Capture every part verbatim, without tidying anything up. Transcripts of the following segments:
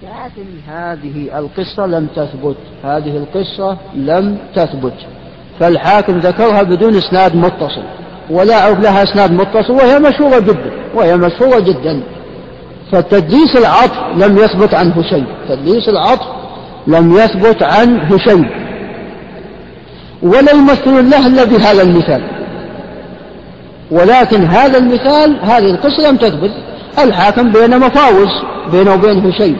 لكن هذه القصة لم تثبت هذه القصة لم تثبت فالحاكم ذكرها بدون إسناد متصل، ولا أعرف لها إسناد متصل، وهي مشهورة جدا وهي مشهورة جدا. فتدليس العطف لم يثبت عنه شيء تدليس العطف لم يثبت عنه شيء، ولا يمثل له إلا بهذا المثال. ولكن هذا المثال هذه القصة لم تثبت، الحاكم بين مفاوز بينه وبينه شيء،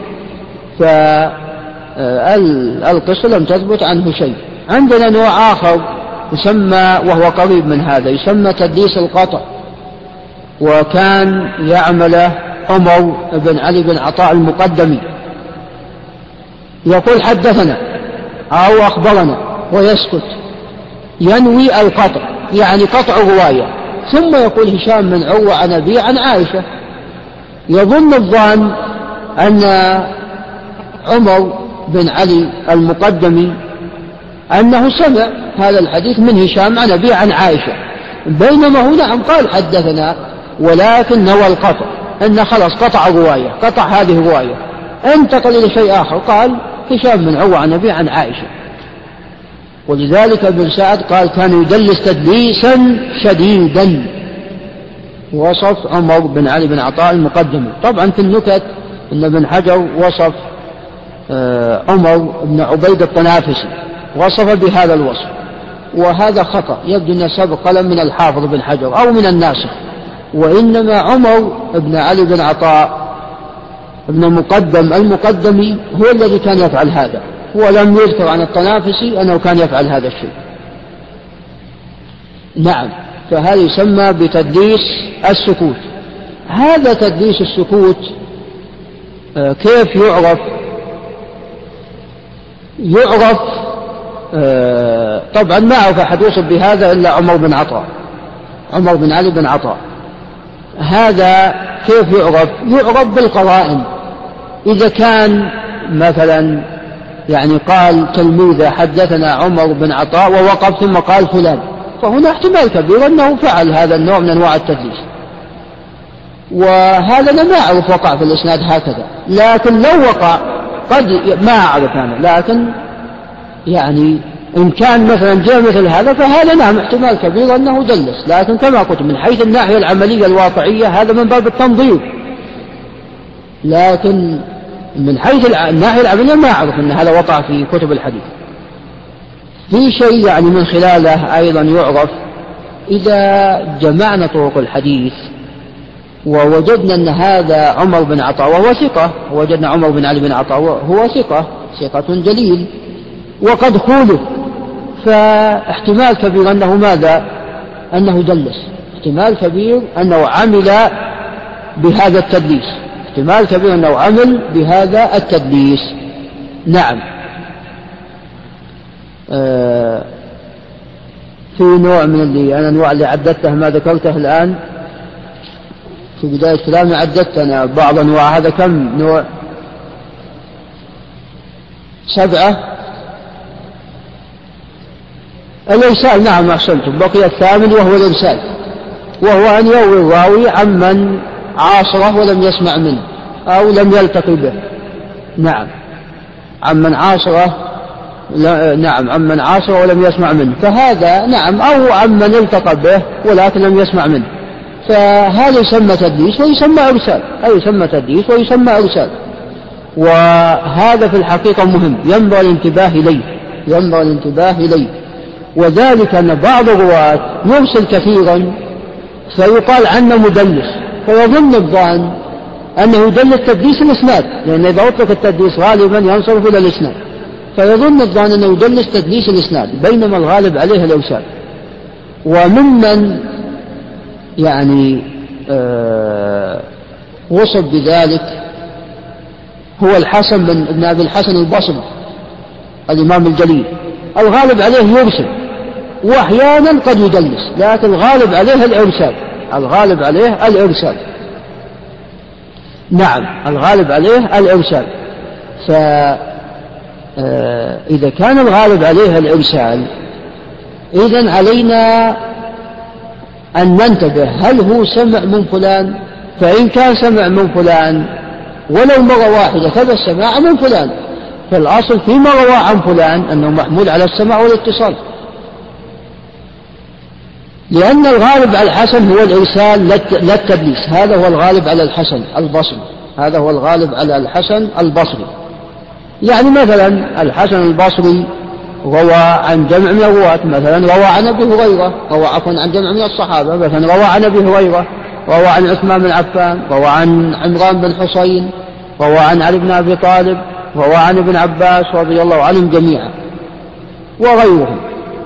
فالقصة لم تثبت عنه شيء. عندنا نوع آخر يسمى وهو قريب من هذا، يسمى تدليس القطع، وكان يعمله عمر بن علي بن عطاء المقدمي، يقول حدثنا أو أخبرنا ويسكت، ينوي القطع يعني قطع رواية، ثم يقول هشام بن عروة عن أبي عن عائشة، يظن الظان أن عمر بن علي المقدمي أنه سمع هذا الحديث من هشام عن أبي عن عائشة، بينما هنا نعم قال حدثنا ولكن نوى القطع، أن خلاص قطع رواية قطع هذه الرواية، انتقل إلى شيء آخر، قال هشام بن عروة عن أبي عن عائشة. ولذلك ابن سعد قال كان يدلس تدليسا شديدا، وصف عمر بن علي بن عطاء المقدمي. طبعا في النكت أن ابن حجر وصف عمر بن عبيد الطنافسي، وصف بهذا الوصف، وهذا خطأ، يبدو أن سبق قلم من الحافظ بن حجر أو من الناسخ، وإنما عمر بن علي بن عطاء ابن مقدم المقدمي هو الذي كان يفعل هذا، ولم يذكر عن الطنافسي أنه كان يفعل هذا الشيء. نعم، فهذا يسمى بتدليس السكوت. هذا تدليس السكوت كيف يعرف؟ يعرف طبعا ما أعرف أحد يوصف بهذا إلا عمر بن عطاء عمر بن علي بن عطاء. هذا كيف يعرف؟ يعرف بالقرائن. إذا كان مثلا يعني قال تلميذه حدثنا عمر بن عطاء ووقف ثم قال فلان، فهنا احتمال كبير أنه فعل هذا النوع من أنواع التدليس، وهذا أنا ما أعرف وقع في الإسناد هكذا، لكن لو وقع قد ما أعرف أنا، لكن يعني إن كان مثلا جاء مثل هذا فهذا نعم احتمال كبير أنه دلس، لكن كما قلت من حيث الناحية العملية الواقعية هذا من باب التنظير، لكن من حيث الناحية العملية ما أعرف أن هذا وقع في كتب الحديث. في شيء يعني من خلاله أيضا يعرف، إذا جمعنا طرق الحديث ووجدنا أن هذا عمر بن عطاء وهو ثقة، وجدنا عمر بن علي بن عطاء وهو ثقة ثقة جليل وقد خولف، فاحتمال كبير أنه ماذا؟ أنه دلس، احتمال كبير أنه عمل بهذا التدليس، احتمال كبير أنه عمل بهذا التدليس. نعم. آه في نوع من اللي أنا النوع اللي عددته ما ذكرته الآن في بداية كلامي، عددت أنا بعض أنواع. هذا كم نوع؟ سبعة. الإرسال، نعم أحسنتم، بقي الثامن وهو الإرسال، وهو أن يروي الراوي عمن عاصره ولم يسمع منه أو لم يلتقي به. نعم، عمن عاصره، نعم عمن عاصره ولم يسمع منه، فهذا نعم، أو عمن التقى به ولكن لم يسمع منه، فهذا يسمى تدليس ويسمى إرسال، أي يسمى تدليس ويسمى إرسال. وهذا في الحقيقة مهم، ينبغي الانتباه إليه ينبغي الانتباه إليه وذلك أن بعض الرواة يرسل كثيرا فيقال عنه مدلس، فيظن الظان أنه يدلس تدليس الإسناد، لأن إذا أطلق التدليس غالبا ينصرف إلى الإسناد، فيظن الظان أنه يدلس تدليس الإسناد، بينما الغالب عليه الإرسال. وممن يعني آه وصف بذلك هو الحسن بن ابن أبي الحسن البصري الإمام الجليل، الغالب عليه يرسل وأحيانا قد يدلس، لكن الغالب عليه الإرسال الغالب عليه الإرسال نعم الغالب عليه الإرسال. فإذا كان الغالب عليه الإرسال إذن علينا أن ننتبه، هل هو سمع من فلان؟ فإن كان سمع من فلان ولو مرة واحدة ثبت السماع من فلان، فالأصل فيما روى عن فلان أنه محمول على السماع والاتصال، لأن الغالب على الحسن هو الإرسال لا التدليس. هذا هو الغالب على الحسن البصري، هذا هو الغالب على الحسن البصري. يعني مثلا الحسن البصري روى عن جمع من الرواة، مثلا روى عن أبي هريرة، روى عفوا عن جمع من الصحابة، مثلا روى عن أبي هريرة، روى عن عثمان بن عفان، روى عن عمران بن حسين، روى عن علي بن أبي طالب، روى عن ابن عباس رضي الله عنهم جميعا وغيرهم.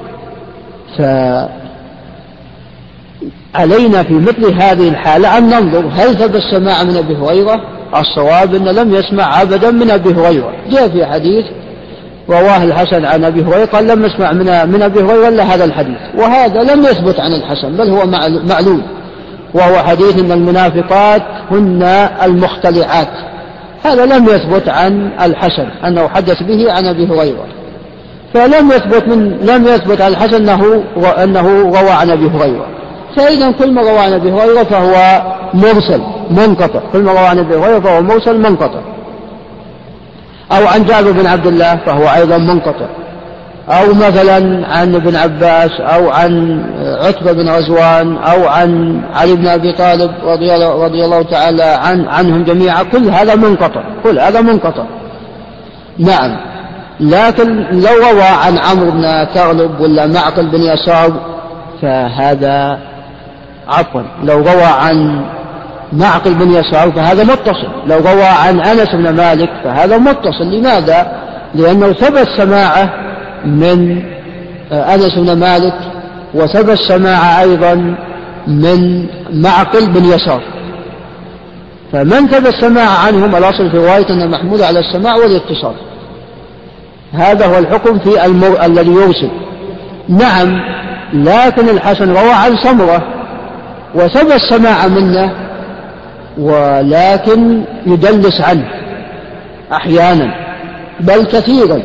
فعلينا في مثل هذه الحالة أن ننظر هل ثبت السماع من أبي هريرة. الصواب أن لم يسمع أبدا من أبي هريرة. جاء في حديث رواه الحسن عن أبي هريرة قال لم يسمع من, من أبي هريرة إلا هذا الحديث، وهذا لم يثبت عن الحسن بل هو معلول، وهو حديث أن المنافقات هن المختلعات. هذا لم يثبت عن الحسن أنه حدث به عن أبي هريرة، فلم يثبت من لم يثبت عن الحسن أنه أنه روى عن أبي هريرة. فإذا كل ما روى عن أبي هريرة فهو مرسل منقطع، كل ما روى عن أبي هريرة فهو مرسل منقطع. أو عن جابر بن عبد الله فهو أيضا منقطع، أو مثلا عن ابن عباس أو عن عتبة بن غزوان أو عن علي بن أبي طالب رضي الله, رضي الله تعالى عن عنهم جميعا، كل هذا منقطع، كل هذا منقطع. نعم، لكن لو روى عن عمرو بن تغلب ولا معقل بن يسار فهذا عفوا لو روى عن معقل بن يسار فهذا متصل، لو روى عن أنس بن مالك فهذا متصل. لماذا؟ لأنه ثبت سماعه من أنس بن مالك وثبت سماعه أيضا من معقل بن يسار، فمن ثبت سماع عنهم الأصل في رواية أنه محمول على السماع والاتصال. هذا هو الحكم في المر... الذي يرسل. نعم، لكن الحسن روى عن سمرة وثبت سماع منه ولكن يدلس عنه أحيانا بل كثيرا،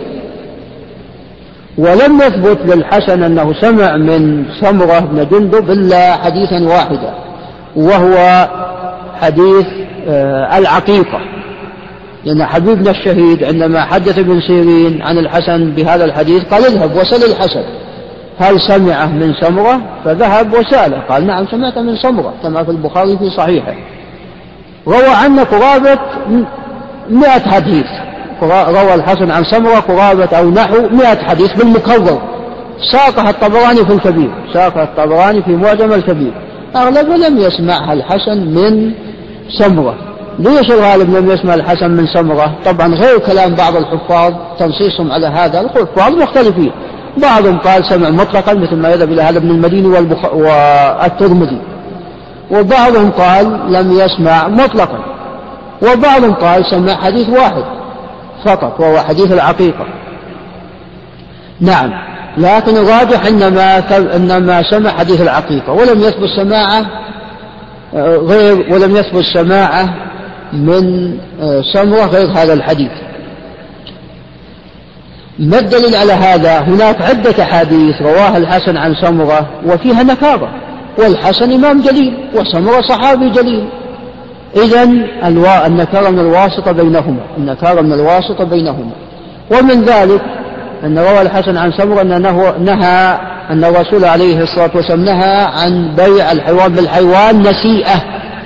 ولم يثبت للحسن أنه سمع من سمرة بن جندب إلا حديثا واحدا، وهو حديث العقيقة. لأن حبيبنا الشهيد عندما حدث ابن سيرين عن الحسن بهذا الحديث قال اذهب وسل الحسن هل سمعه من سمرة، فذهب وسأله قال نعم سمعت من سمرة كما في البخاري في صحيحه. روى عنه قرابة مئة حديث، روى الحسن عن سمرة قرابة أو نحو مئة حديث بالمكرر، ساقها الطبراني في الكبير، ساقها الطبراني في معجم الكبير. أغلبه لم يسمعها الحسن من سمرة. ليش الغالب لم يسمع الحسن من سمرة؟ طبعا غير كلام بعض الحفاظ تنصيصهم على هذا، الحفاظ مختلفين، بعضهم قال سمع مطلقا مثل ما يذهب إلى هذا ابن المديني والبخ... والترمذي، وبعضهم قال لم يسمع مطلقا، وبعضهم قال سمع حديث واحد فقط وهو حديث العقيقة. نعم، لكن الراجح إنما, إنما سمع حديث العقيقة ولم يثبت سماعه غير ولم يثبت سماعه من سمرة غير هذا الحديث. ما الدليل على هذا؟ هناك عدة أحاديث رواها الحسن عن سمرة وفيها نكارة، والحسن إمام جليل وسمرة صحابي جليل، إذن النكارة من الواسطة بينهما، النكارة من الواسطة بينهما. ومن ذلك أن روى الحسن عن سمرة أنه نهى أن الرسول عليه الصلاة والسلام نهى عن بيع الحيوان بالحيوان نسيئة،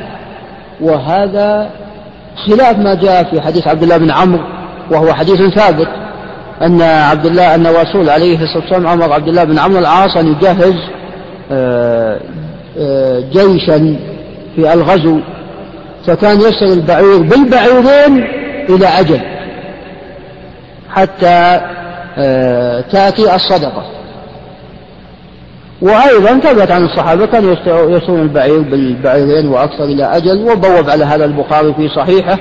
وهذا خلاف ما جاء في حديث عبد الله بن عمرو وهو حديث ثابت أن عبد الله أن الرسول عليه الصلاة والسلام أمر عبد الله بن عمرو العاص أن يجهز جيشا في الغزو، فكان يشتري البعير بالبعيرين إلى أجل حتى تأتي الصدقة. وأيضا ثبت عن الصحابة كانوا يشترون البعير بالبعيرين وأكثر إلى أجل، وبوب على هذا البخاري في صحيحه.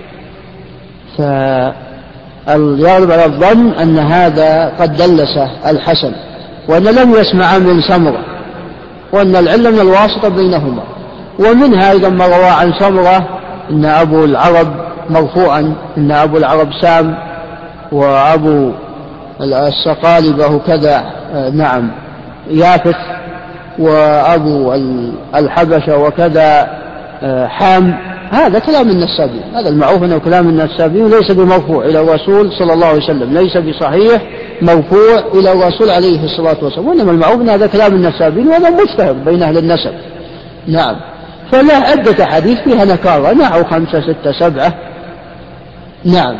فالغالب على الظن أن هذا قد دلس الحسن وأن لم يسمع من سمرة، وأن العلة من الواسطة بينهما. ومنها أيضا ما روى عن سمرة إن أبو العرب مرفوعا إن أبو العرب سام وأبو السقالبة كذا نعم يافث، وأبو الحبشة وكذا حام، هذا كلام النسابين، هذا المعروف أنه كلام النسابين ليس بمرفوع إلى الرسول صلى الله عليه وسلم، ليس بصحيح مرفوع إلى الرسول عليه الصلاة والسلام، وإنما المعروف أن هذا كلام النسابين وهذا مشتهر بين أهل النسب. نعم. فله عدة حديث فيها نكارة، نحو خمسة ستة سبعة. نعم.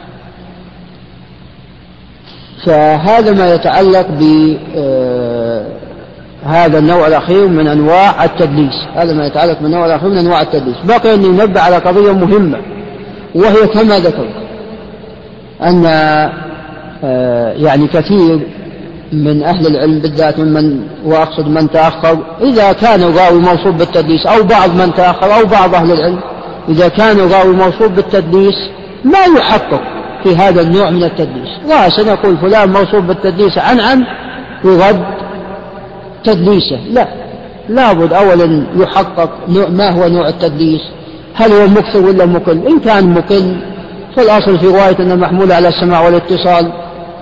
فهذا ما يتعلق بهذا النوع الأخير من أنواع التدليس، هذا ما يتعلق بالنوع الأخير من أنواع التدليس. بقي أن ينبه على قضية مهمة، وهي كما ذكرت أن يعني كثير من أهل العلم بالذات ممن وأقصد من تأخر، إذا كان الراوي موصوف بالتدليس أو بعض من تأخر أو بعض أهل العلم، إذا كان الراوي موصوف بالتدليس ما يحقق في هذا النوع من التدليس، رأسا نقول فلان موصوف بالتدليس عن عن يرد تدليسه، لا، لابد أولا يحقق ما هو نوع التدليس، هل هو مكثر ولا مقل؟ إن كان مقل فالأصل في رواية أنه محمول على السماع والاتصال.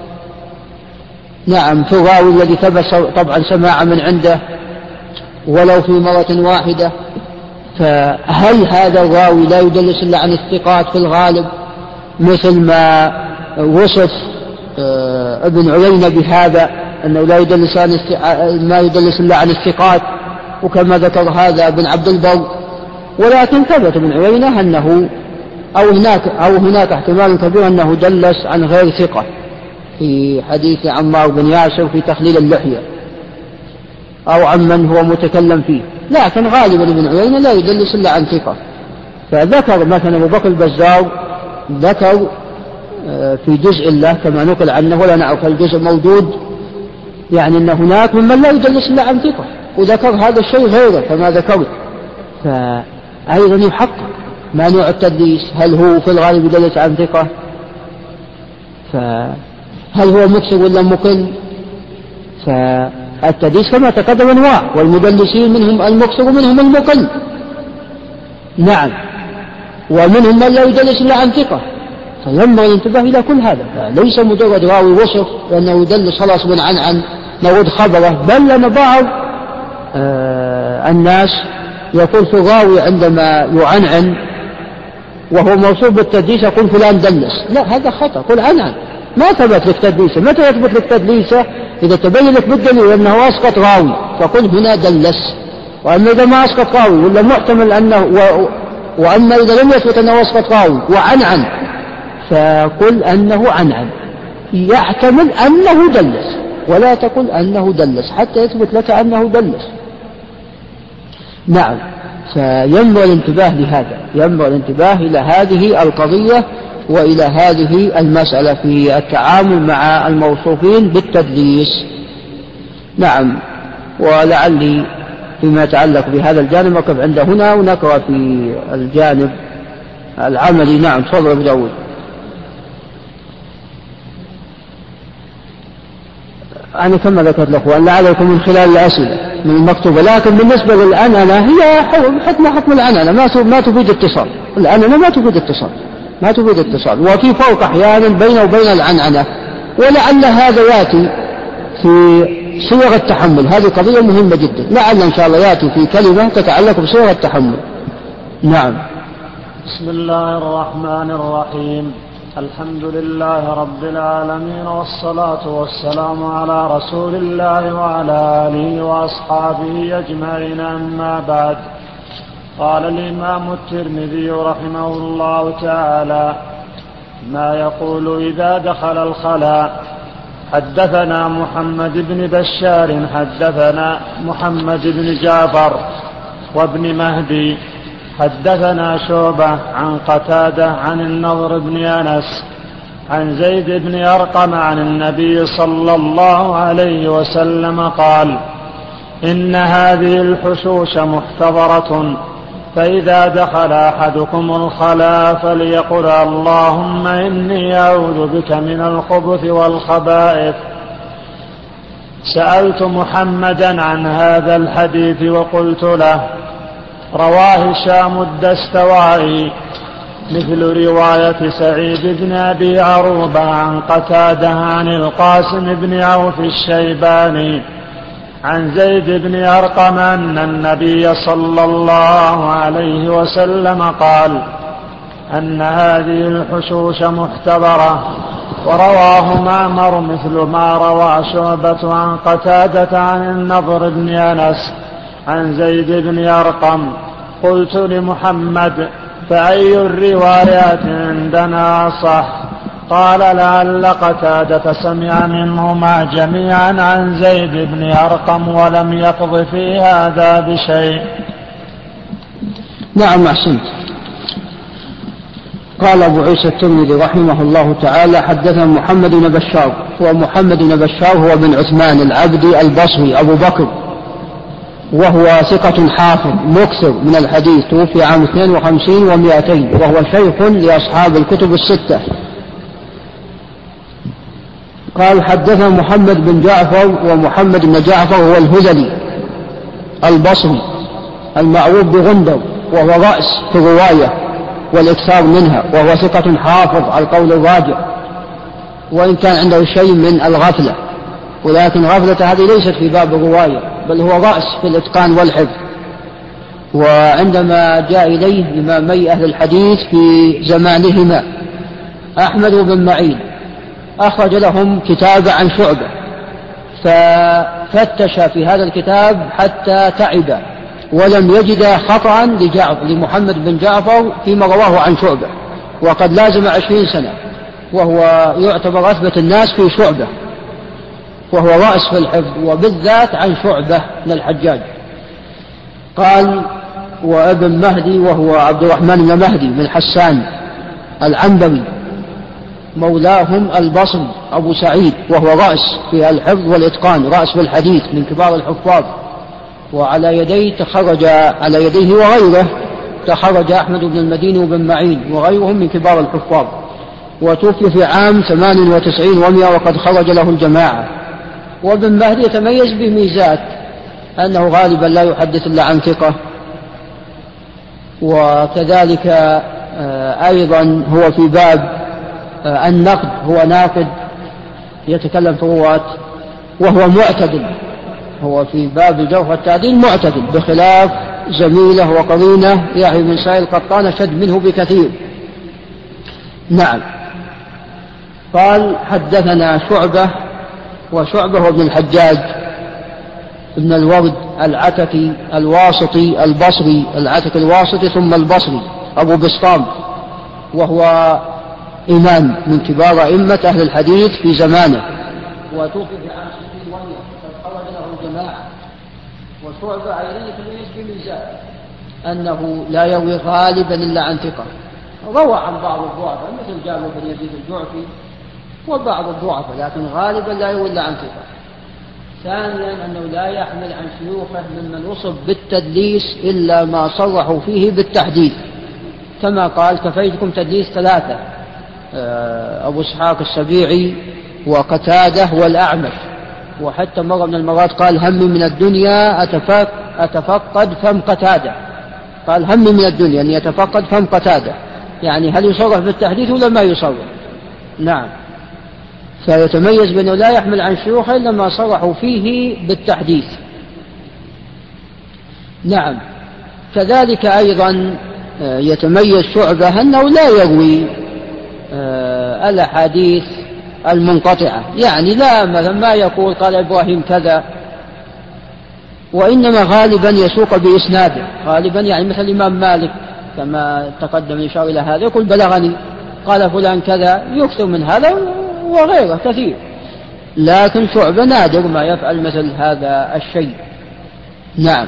نعم. في الراوي الذي ثبت طبعا سماع من عنده ولو في مرة واحدة، فهل هذا الراوي لا يدلس إلا عن الثقات في الغالب، مثل ما وصف ابن عيينة بهذا أنه لا يدلس عن ما يدلس إلا عن الثقات، وكما ذكر هذا ابن عبد البر. ولكن ثبت ابن عيينة أنه أو هناك أو هناك احتمال كبير أنه دلس عن غير ثقة في حديث عمار بن ياسر في تخليل اللحية، أو عن من هو متكلم فيه، لكن غالبا ابن عيينة لا يدلس إلا عن ثقة. فذكر مثلا أبو بكر البزار ذكر في جزء له كما نقل عنه ولا نعرف الجزء موجود، يعني أن هناك ممن لا يدلس إلا عن ثقة، وذكر هذا الشيء غيره كما ذكرت. فأيضا يحقق ما نوع التدليس، هل هو في الغالب يدلس عن ثقة، فهل هو مكثر ولا مقل؟ فالتدليس كما تقدم أنواع، والمدلسين منهم المكثر ومنهم المقل. نعم. ومنهم من لا يدلس إلا عن ثقة، فينبغي الانتباه إلى كل هذا، فليس مجرد راوي وصف لأنه يدلس خلاص من عن عن نرد خبره، بل لأن بعض آه الناس يقول في الراوي عندما يعنعن وهو موصوف بالتدليس يقول فلان دلس، لا، هذا خطأ، قل عنعن، ما ثبت لك تدليسه. متى يثبت لك تدليسه؟ إذا تبين لك بالدليل أنه أسقط راوي فقل هنا دلس. وأما إذا ما أسقط راوي ولا محتمل أنه و... وأما إذا لم يثبت أنه أسقط راوي وعنعن فقل أنه عنعن، يحتمل أنه دلس، ولا تقل أنه دلس حتى يثبت لك أنه دلس. نعم. فينبغي الانتباه لهذا، ينبغي الانتباه إلى هذه القضية وإلى هذه المسألة في التعامل مع الموصوفين بالتدليس. نعم. ولعلي فيما يتعلق بهذا الجانب نقف عند هنا ونقرأ في الجانب العملي. نعم. تفضل أبو داود. أنا كما ذكرت لكم لعلكم من خلال الأسئلة من المكتوبة، لكن بالنسبة للأنانة هي حكم حكم الأنانة، ما تفيد اتصال، الأنانة ما تفيد اتصال، ما تفيد اتصال، وفي فرق أحيانا بينه وبين العنعنة، ولعل هذا يأتي في صيغ التحمل. هذه قضية مهمة جدا، لعل إن شاء الله يأتي في كلمة تتعلق بصيغ التحمل. نعم. بسم الله الرحمن الرحيم. الحمد لله رب العالمين، والصلاة والسلام على رسول الله وعلى آله وأصحابه أجمعين، أما بعد. قال الإمام الترمذي رحمه الله تعالى: ما يقول إذا دخل الخلاء. حدثنا محمد بن بشار حدثنا محمد بن جعفر وابن مهدي حدثنا شعبة عن قتادة عن النضر بن أنس عن زيد بن أرقم عن النبي صلى الله عليه وسلم قال: إن هذه الحشوش محتضرة، فإذا دخل أحدكم الخلاء فليقل: اللهم إني أعوذ بك من الخبث والخبائث. سألت محمدا عن هذا الحديث وقلت له: رواه هشام الدستوائي مثل رواية سعيد بن أبي عروبة عن قتادة عن القاسم بن عوف الشيباني عن زيد بن أرقم أن النبي صلى الله عليه وسلم قال أن هذه الحشوش محتضرة. ورواه معمر مثل ما روى شعبة عن قتادة عن النضر بن أنس عن زيد بن أرقم. قلت لمحمد فأي الروايات عندنا أصح؟ قال لعل قتادة سمع منهما جميعا عن زيد بن أرقم ولم يقض في هذا بشيء. نعم أحسنت. قال أبو عيسى الترمذي رحمه الله تعالى حدثنا محمد بن بشار. ومحمد بن بشار هو بن عثمان العبدي البصري أبو بكر، وهو ثقة حافظ مكثر من الحديث، توفي عام اثنين وخمسين ومائتين، وهو شيخ لأصحاب الكتب الستة. قال حدثنا محمد بن جعفر. ومحمد بن جعفر هو الهذلي البصري المعروف بغندر، وهو رأس في الرواية والإكثار منها، وهو ثقة حافظ على القول الراجح، وإن كان عنده شيء من الغفلة، ولكن غفلة هذه ليست في باب الرواية، بل هو رأس في الإتقان والحفظ. وعندما جاء إليه إمامي أهل الحديث في زمانهما أحمد بن معين أخرج لهم كتاب عن شعبة، ففتش في هذا الكتاب حتى تعب ولم يجد خطأ لمحمد بن جعفر فيما رواه عن شعبة، وقد لازم عشرين سنة، وهو يعتبر أثبت الناس في شعبة، وهو رأس في الحفظ، وبالذات عن شعبة من الحجاج. قال وابن مهدي وهو عبد الرحمن بن مهدي من حسان العنبري مولاهم البصري أبو سعيد، وهو رأس في الحفظ والإتقان، رأس في الحديث من كبار الحفاظ، وعلى يديه تخرج على يديه وغيره تخرج أحمد بن المديني وبن معين وغيرهم من كبار الحفاظ. وتوفي في عام ثمان وتسعين ومئة وقد خرج له الجماعة. وابن مهدي يتميز بميزات أنه غالبا لا يحدث إلا عن ثقة، وكذلك أيضا هو في باب النقد هو ناقد يتكلم في الرواة، وهو معتدل، هو في باب الجرح والتعديل معتدل، بخلاف زميله وقرينه يحيى بن سعيد القطان أشد منه بكثير. نعم. قال حدثنا شعبة. وشعبة هو ابن الحجاج ابن الورد العتكي الواسطي البصري، العتكي الواسطي ثم البصري أبو بسطام، وهو إمام من كبار أئمة أهل الحديث في زمانه، وتوفي في عام ستين ومئة قد خرج له الجماعة. وشعبة أيضا يتميز بميزات أنه لا يروي غالبا إلا عن ثقة، روى عن بعض الضعفاء مثل جابر بن يزيد الجعفي وبعض الضعفاء، لكن غالبا لا يروي إلا عن ثقة. ثانيا أنه لا يحمل عن شيوخه ممن وصف بالتدليس إلا ما صرحوا فيه بالتحديث، كما قال كفيتكم تدليس ثلاثة، أبو إسحاق السبيعي وقتادة والأعمش. وحتى مرة من المرات قال همي من الدنيا أتفقد فم قتادة، قال همي من الدنيا أن يتفقد فم قتادة، يعني هل يصرح بالتحديث ولا ما يصرح؟ نعم. فيتميز بأنه لا يحمل عن شيوخه إلا ما صرحوا فيه بالتحديث. نعم. كذلك أيضا يتميز شعبة أنه لا يروي الأحاديث المنقطعة، يعني لا مثلا ما يقول قال إبراهيم كذا، وإنما غالبا يسوق بإسناده، غالبا يعني مثل الإمام مالك كما تقدم الإشارة إلى هذا، يقول بلغني قال فلان كذا، يكثر من هذا وغيره كثير. لكن شعبة نادر ما يفعل مثل هذا الشيء. نعم.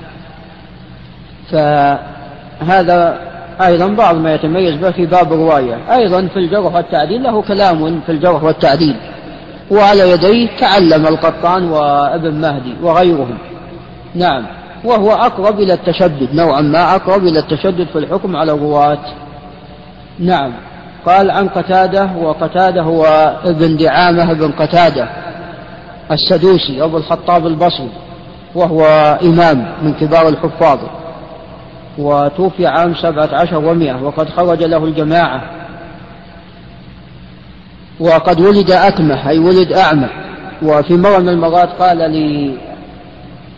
فهذا أيضا بعض ما يتميز به في باب الرواية. أيضا في الجرح والتعديل له كلام في الجرح والتعديل، وعلى يديه تعلم القطان وابن مهدي وغيرهم. نعم. وهو أقرب إلى التشدد، نوعا ما أقرب إلى التشدد في الحكم على الرواة. نعم. قال عن قتادة. وقتادة هو ابن دعامة بن قتادة السدوسي أبو الخطاب البصري، وهو إمام من كبار الحفاظ، وتوفي عام سبعة عشر ومئة وقد خرج له الجماعة. وقد ولد أكمه أي ولد أعمى. وفي مرة من المرات قال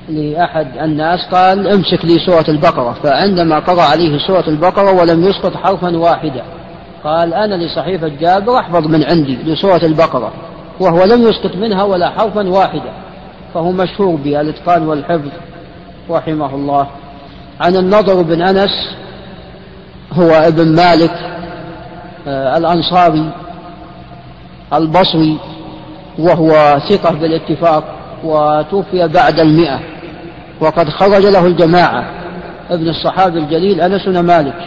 لأحد الناس قال امسك لي سورة البقرة، فعندما قرأ عليه سورة البقرة ولم يسقط حرفا واحدا قال أنا لصحيفة جابر أحفظ من عندي لسورة البقرة، وهو لم يسقط منها ولا حرفا واحدا، فهو مشهور بالإتقان والحفظ رحمه الله. عن النضر بن أنس هو ابن مالك آه الأنصاري البصري، وهو ثقة بالاتفاق، وتوفي بعد المئة، وقد خرج له الجماعة، ابن الصحابي الجليل أنس بن مالك.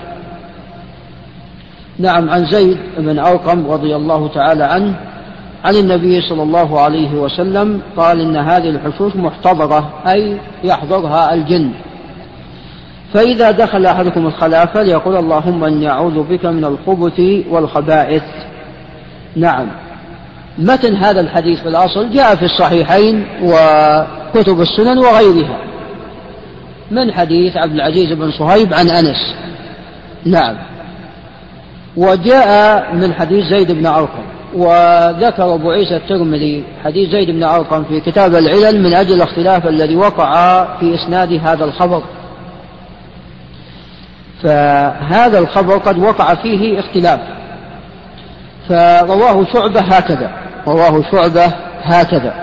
نعم. عن زيد بن أرقم رضي الله تعالى عنه عن النبي صلى الله عليه وسلم قال إن هذه الحشوش محتضرة، أي يحضرها الجن، فإذا دخل أحدكم الخلاء فليقول اللهم إني أعوذ بك من الخبث والخبائث. نعم. متن هذا الحديث في الأصل جاء في الصحيحين وكتب السنن وغيرها من حديث عبد العزيز بن صهيب عن أنس. نعم. وجاء من حديث زيد بن أرقم، وذكر أبو عيسى الترمذي حديث زيد بن أرقم في كتاب العلل من أجل الاختلاف الذي وقع في إسناد هذا الخبر، فهذا الخبر قد وقع فيه اختلاف، فرواه شعبة هكذا رواه شعبة هكذا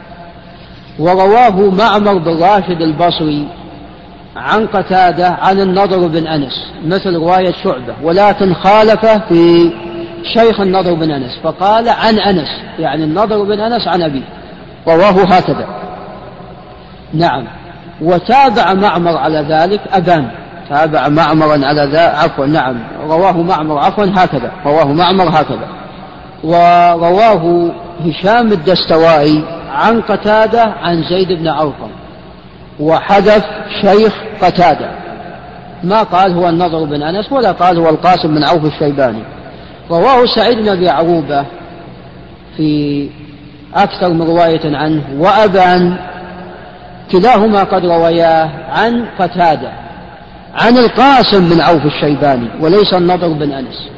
ورواه معمر بن راشد البصري عن قتادة عن النضر بن أنس مثل رواية شعبة، ولكن خالفه في شيخ النضر بن أنس فقال عن أنس، يعني النضر بن أنس عن أبيه، رواه هكذا. نعم. وتابع معمر على ذلك أبان، تابع معمرا على ذا عفوا نعم رواه معمر عفوا هكذا رواه معمر هكذا ورواه هشام الدستوائي عن قتادة عن زيد بن أرقم، وحذف شيخ قتادة، ما قال هو النضر بن أنس ولا قال هو القاسم بن عوف الشيباني. رواه سعيد بن أبي عروبة في أكثر من رواية عنه، وأبان كلاهما قد رواياه عن قتادة عن القاسم بن عوف الشيباني وليس النضر بن أنس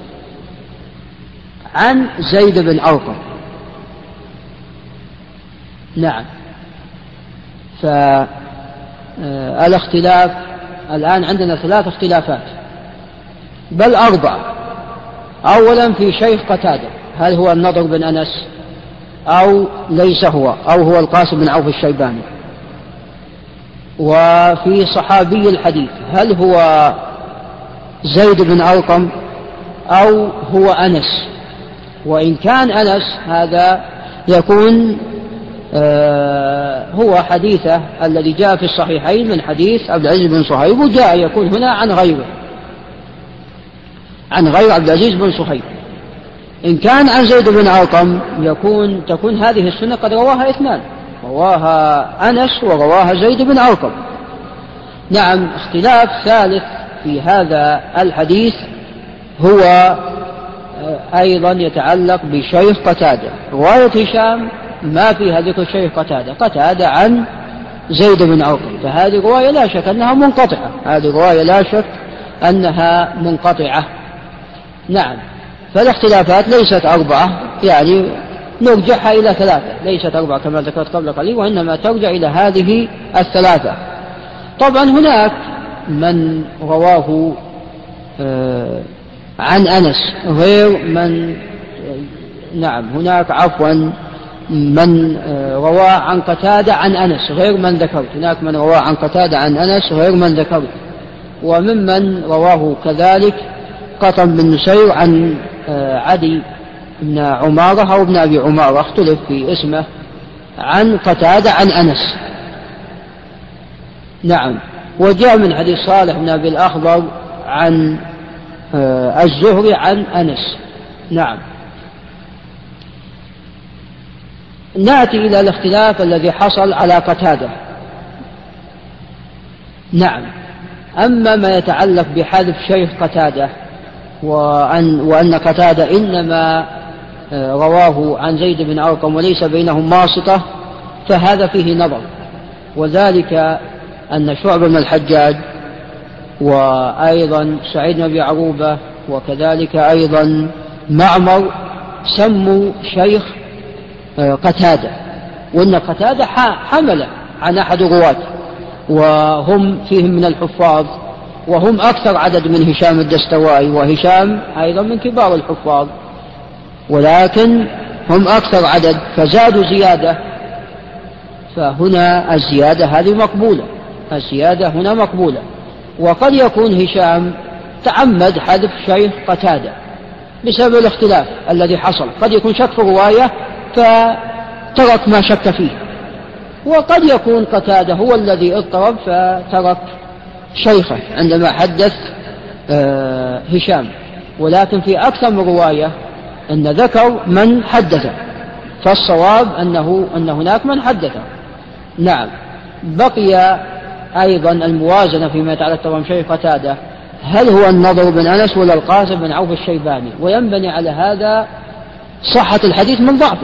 عن زيد بن أرقم. نعم. فالاختلاف الآن عندنا ثلاث اختلافات بل أربعة. أولا في شيخ قتادة، هل هو النضر بن أنس أو ليس هو، أو هو القاسم بن عوف الشيباني. وفي صحابي الحديث، هل هو زيد بن أرقم أو هو أنس، وإن كان أنس هذا يكون آه هو حديثه الذي جاء في الصحيحين من حديث عبد العزيز بن صهيب، وجاء يكون هنا عن غيره عن غير عبد العزيز بن صهيب. إن كان عن زيد بن أرقم يكون تكون هذه السنة قد رواها اثنان، رواها أنس ورواها زيد بن أرقم. نعم. اختلاف ثالث في هذا الحديث هو أيضا يتعلق بشيخ قتادة. رواية هشام ما فيها ذكر شيخ قتادة، قتادة عن زيد بن أرقم، فهذه رواية لا شك أنها منقطعة، هذه رواية لا شك أنها منقطعة. نعم. فالاختلافات ليست أربعة، يعني نرجعها إلى ثلاثة، ليست أربعة كما ذكرت قبل قليل، وإنما ترجع إلى هذه الثلاثة. طبعا هناك من رواه آه عن أنس غير من نعم هناك عفوا من آه رواه عن قتادة عن أنس غير من ذكرت، هناك من رواه عن قتادة عن أنس غير من ذكرت، وممن رواه كذلك قطن بن نسير عن آه عدي بن عمارة أو ابن أبي عمارة، اختلف في اسمه، عن قتادة عن أنس. نعم. وجاء من حديث صالح بن أبي الأخضر عن آه الزهري عن أنس. نعم. نأتي إلى الاختلاف الذي حصل على قتادة. نعم. أما ما يتعلق بحذف شيخ قتادة وأن, وأن قتادة إنما رواه عن زيد بن أرقم وليس بينهم واسطة، فهذا فيه نظر، وذلك أن شعبة بن الحجاج وأيضا سعيد بن أبي عروبة وكذلك أيضا معمر سموا شيخ قتادة، وأن قتادة حمل عن أحد الرواة، وهم فيهم من الحفاظ، وهم أكثر عدد من هشام الدستوائي، وهشام أيضا من كبار الحفاظ، ولكن هم أكثر عدد فزادوا زيادة، فهنا الزيادة هذه مقبولة، الزيادة هنا مقبولة. وقد يكون هشام تعمد حذف شيخ قتادة بسبب الاختلاف الذي حصل، قد يكون شك في الرواية فترك ما شك فيه، وقد يكون قتادة هو الذي اضطرب فترك شيخه عندما حدث هشام، ولكن في أكثر من رواية أن ذكر من حدثه، فالصواب أنه أن هناك من حدثه. نعم. بقي أيضا الموازنة فيما يتعلق طبعا شيخ قتادة، هل هو النضر بن أنس ولا القاسم بن عوف الشيباني؟ وينبني على هذا صحة الحديث من ضعفه.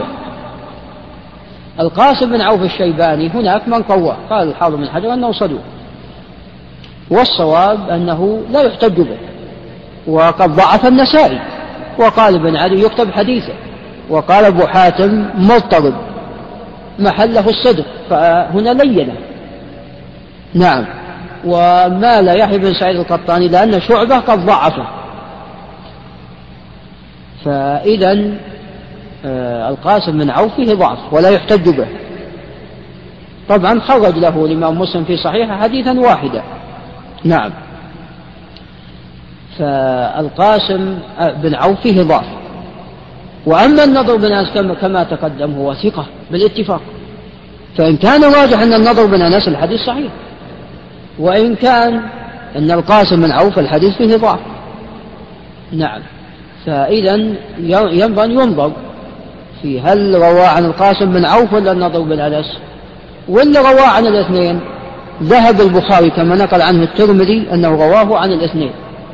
القاسم بن عوف الشيباني هناك من قواه، قال الحافظ بن حجر أنه صدوق، والصواب أنه لا يحتج به، وقد ضعف النسائي، وقال ابن عدي يكتب حديثه، وقال أبو حاتم مضطرب محله الصدق، فهنا لينه. نعم. ومال يحيى بن سعيد القطاني لأن شعبة قد ضعفه، فإذا القاسم بن عوف فيه ضعف ولا يحتج به. طبعا خرج له الإمام مسلم في صحيحه حديثا واحدا. نعم. فالقاسم بن عوف فيه ضعف. وأما النضر بن أنس كما تقدم هو ثقة بالاتفاق، فإن كان راجح أن النضر بن أنس الحديث صحيح، وإن كان أن القاسم بن عوف الحديث فيه ضعف. نعم. فإذا ينبغي أن ينظر في هل روى عن القاسم بن عوف ولا النضر بن أنس، ولا روى عن الاثنين. ذهب البخاري كما نقل عنه الترمذي أنه رواه عن الاثنين،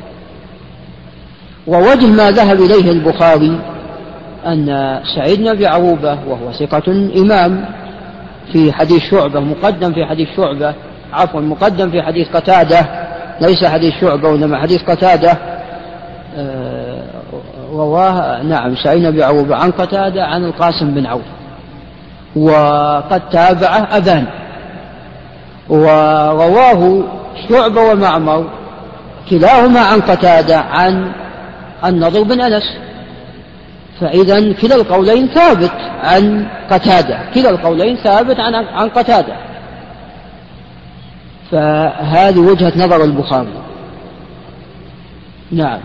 ووجه ما ذهب إليه البخاري أن سعيد بن أبي عروبة وهو ثقة إمام في حديث شعبة مقدم في حديث شعبة عفوا مقدم في حديث قتادة، ليس حديث شعبة وإنما حديث قتادة آه رواه. نعم. سعيد بن أبي عروبة عن قتادة عن القاسم بن عوف، وقد تابعه أبان، ورواه شعبة ومعمر كلاهما عن قتادة عن النضر بن أنس، فإذا كلا القولين ثابت عن قتادة، كلا القولين ثابت عن عن قتادة. فهذه وجهة نظر البخاري. نعم.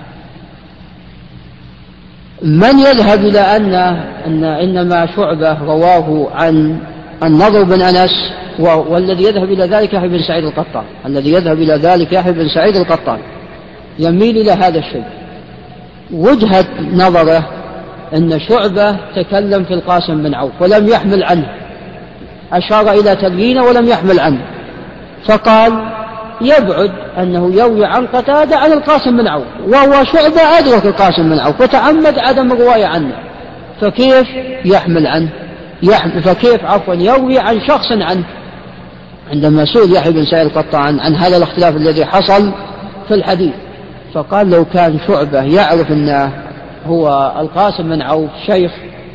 من يذهب إلى أن أن إنما شعبة رواه عن النضر بن أنس، والذي يذهب إلى ذلك يحيى بن سعيد القطان، الذي يذهب إلى ذلك يحيى بن سعيد القطان يميل إلى هذا الشيء. وجهة نظره أن شعبة تكلم في القاسم بن عوف ولم يحمل عنه، أشار إلى تبيينه ولم يحمل عنه، فقال يبعد أنه يروي عن قتادة عن القاسم بن عوف، وهو شعبة أدرك القاسم بن عوف وتعمد عدم الرواية عنه، فكيف يحمل عنه يحمل فكيف عفوا يروي عن شخص عنه. عندما سئل يحيى بن سعيد القطان عن هذا الاختلاف الذي حصل في الحديث، فقال لو كان شعبة يعرف أنه هو القاسم بن عوف شيخ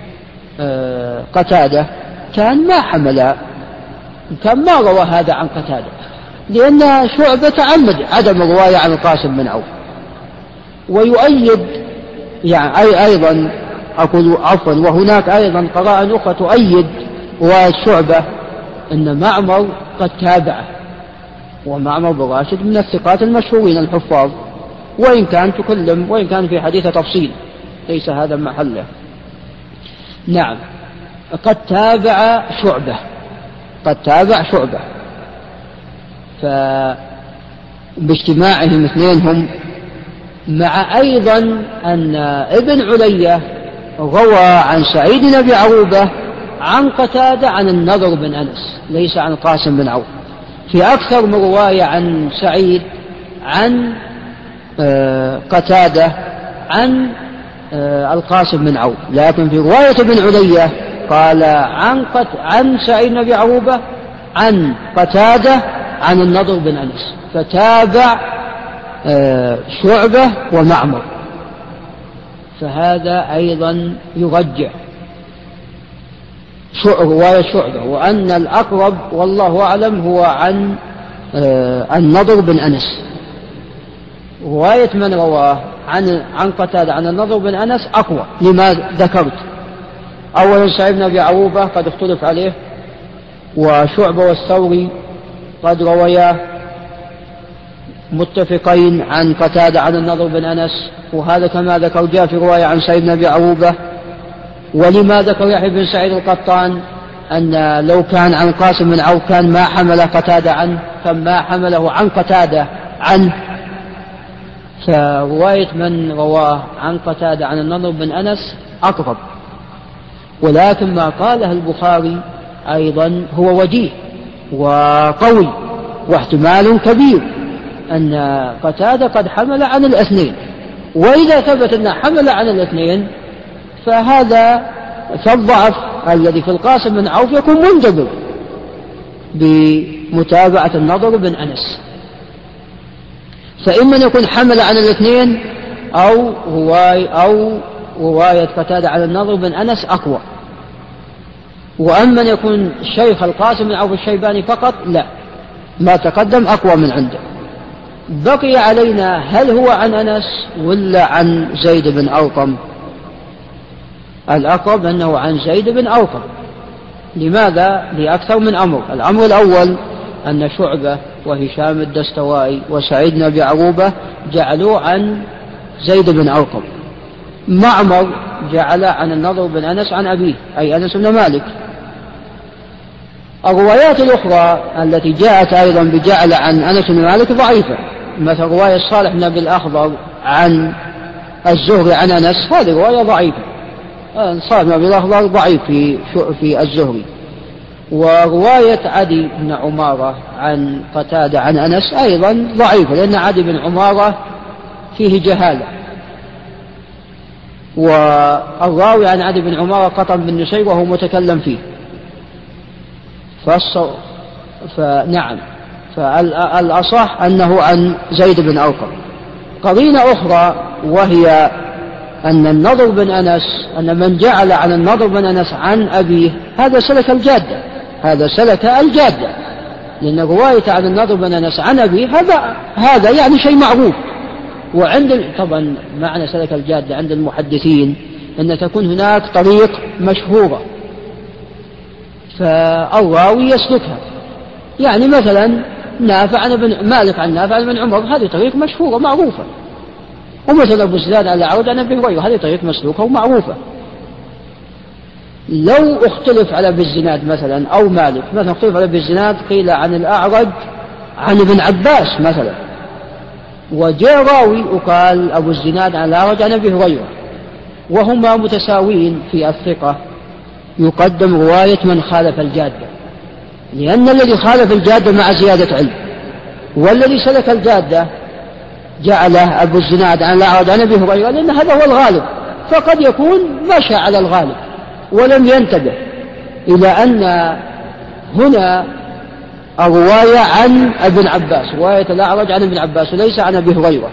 قتادة كان ما حمل، كان ما روى هذا عن قتادة، لأن شعبة تعمد عدم الرواية عن القاسم بن عوف. ويؤيد يعني أي أيضا أقول عفوا وهناك أيضا قراءة أخرى تؤيد رواية شعبة أن معمر قد تابعه، ومعمر بن راشد من الثقات المشهورين الحفاظ، وإن كان تكلم وإن كان في حديث تفصيل ليس هذا محله. نعم. قد تابع شعبة قد تابع شعبة فباجتماعهم اثنينهم، مع أيضا أن ابن علية روى عن سعيد بن أبي عروبة عن قتادة عن النضر بن أنس ليس عن قاسم بن عوف، في أكثر من رواية عن سعيد عن قتادة عن القاسم بن عوف، لكن في رواية ابن علية قال عن قت... عن سعيد بن أبي عروبة عن قتادة عن النضر بن أنس، فتابع شعبة ومعمر، فهذا أيضا يرجع رواية شعبة، وأن الأقرب والله أعلم هو عن النضر بن أنس. رواية من رواه عن عن قتادة عن النضر بن أنس أقوى لما ذكرت. أولا سعيد بن أبي عروبة قد اختلف عليه، وشعبة والثوري قد رويا متفقين عن قتادة عن النضر بن أنس، وهذا كما ذكر جاء في رواية عن سعيد بن أبي عروبة. ولما ذكر يحيى بن سعيد القطان أن لو كان عن قاسم بن عوف كان ما حمل قتادة عنه، فما حمله عن قتادة عنه. فرواية من رواه عن قتادة عن النضر بن أنس أقرب، ولكن ما قاله البخاري أيضا هو وجيه وقوي واحتمال كبير أن قتادة قد حمل عن الاثنين، وإذا ثبت أنه حمل عن الاثنين فهذا فالضعف الذي في القاسم بن عوف يكون منجبر بمتابعة النضر بن أنس. فإما يكون حمل عن الاثنين أو رواية أو رواية قتادة عن النضر بن أنس أقوى. وأما يكون شيخ القاسم بن عوف الشيباني فقط لا، ما تقدم أقوى من عنده. بقي علينا هل هو عن أنس ولا عن زيد بن أرقم؟ الأقرب أنه عن زيد بن أرقم. لماذا؟ لأكثر من أمر. الأمر الأول أن شعبة وهشام الدستوائي وسعيد بن أبي عروبة جعلوا عن زيد بن أرقم. معمر جعل عن النضر بن أنس عن أبيه أي أنس بن مالك. الروايات الأخرى التي جاءت أيضا بجعل عن أنس بن مالك ضعيفة، مثل رواية صالح بن أبي الأخضر عن الزهري عن أنس، هذه رواية ضعيفة. صالح بن أبي الأخضر ضعيف في في الزهري. ورواية عدي بن عمارة عن قتادة عن أنس أيضا ضعيفة، لأن عدي بن عمارة فيه جهالة، والراوي عن عدي بن عمارة قطن بن نسير وهو متكلم فيه. فنعم، فالأصح أنه عن زيد بن أرقم. قرينة أخرى وهي أن النضر بن أنس، أن من جعل عن النضر بن أنس عن أبيه هذا سلك الجادة، هذا سلك الجادة، لأن رواية عن النضر بن أنس عن أبيه هذا هذا يعني شيء معروف. وعند طبعا معنى سلك الجادة عند المحدثين أن تكون هناك طريق مشهورة فالراوي يسلكها، يعني مثلا نافع عن ابن مالك عن نافع عن ابن عمر، هذه طريق مشهورة معروفة. ومثلا أبو زياد على الأعرج عن أبي هريرة، هذه طريق مسلوكة ومعروفة. لو اختلف على بالزناد مثلا أو مالك، مثلا اختلف على بالزناد قيل عن الأعرج عن ابن عباس مثلا، وجاء راوي وقال أبو الزناد عن الأعرج عن أبي هريرة، وهما متساوين في الثقة، يقدم رواية من خالف الجادة، لأن الذي خالف الجادة مع زيادة علم، والذي سلك الجادة جعله أبو الزناد عن الأعرج عن أبي هريرة، لأن هذا هو الغالب، فقد يكون مشى على الغالب ولم ينتبه إلى أن هنا الرواية عن ابن عباس، رواية الأعرج عن ابن عباس وليس عن أبي هريرة،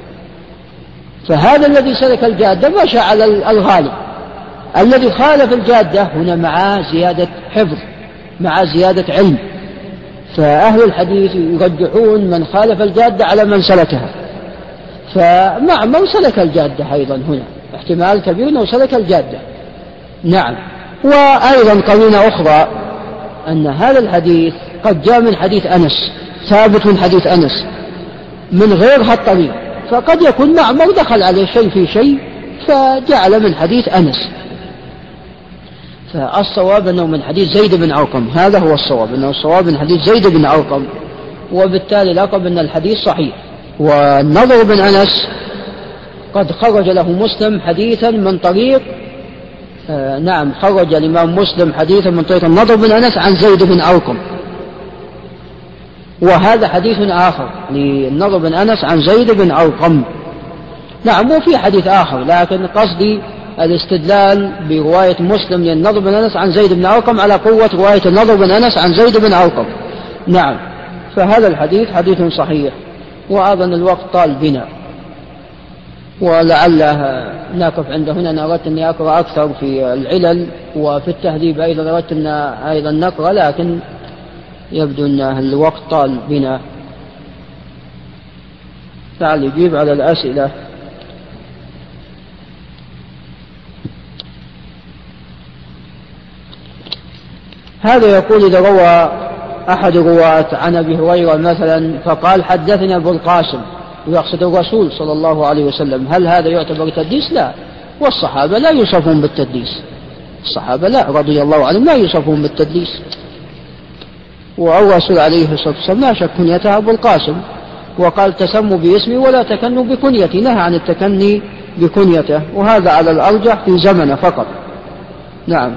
فهذا الذي سلك الجادة مشى على الغالب. الذي خالف الجادة هنا مع زيادة حفظ مع زيادة علم، فأهل الحديث يرجحون من خالف الجادة على من سلكها، فمع من سلك الجادة أيضا هنا احتمال كبير أنه سلك الجادة. نعم. وأيضا قرينة أخرى أن هذا الحديث قد جاء من حديث أنس، ثابت من حديث أنس من غير هالطريق، فقد يكون معمر دخل عليه شيء في شيء فجعل من حديث أنس. فالصواب أنه من حديث زيد بن أرقم، هذا هو الصواب، أنه الصواب من حديث زيد بن أرقم، وبالتالي لقب أن الحديث صحيح. والنضر بن أنس قد خرج له مسلم حديثا من طريق آه نعم خرج الإمام مسلم حديثا من طريق النضر بن أنس عن زيد بن أرقم، وهذا حديث آخر للنضر بن أنس عن زيد بن أرقم. نعم، وفي حديث آخر، لكن قصدي الاستدلال برواية مسلم للنضر بن أنس عن زيد بن أرقم على قوة رواية النضر بن أنس عن زيد بن أرقم. نعم، فهذا الحديث حديث صحيح. وأظن الوقت طال بنا، ولعله نقف عند هنا. أنا أردت أني أقرأ أكثر في العلل وفي التهذيب أيضا، أردت أن أيضا نقرأ، لكن يبدو أن الوقت طال بنا. تعال يجيب على الأسئلة. هذا يقول إذا روى أحد الرواة عن أبي هريرة مثلا فقال حدثنا أبو القاسم ويقصد الرسول صلى الله عليه وسلم، هل هذا يعتبر تدليس؟ لا، والصحابة لا يوصفون بالتدليس، الصحابة لا رضي الله عنهم لا يوصفون بالتدليس. والرسول عليه الصلاة والسلام لا شك كنيته أبو القاسم، وقال تسموا باسمي ولا تكنوا بكنيتي، نهى عن التكني بكنيته، وهذا على الأرجح في زمنه فقط. نعم.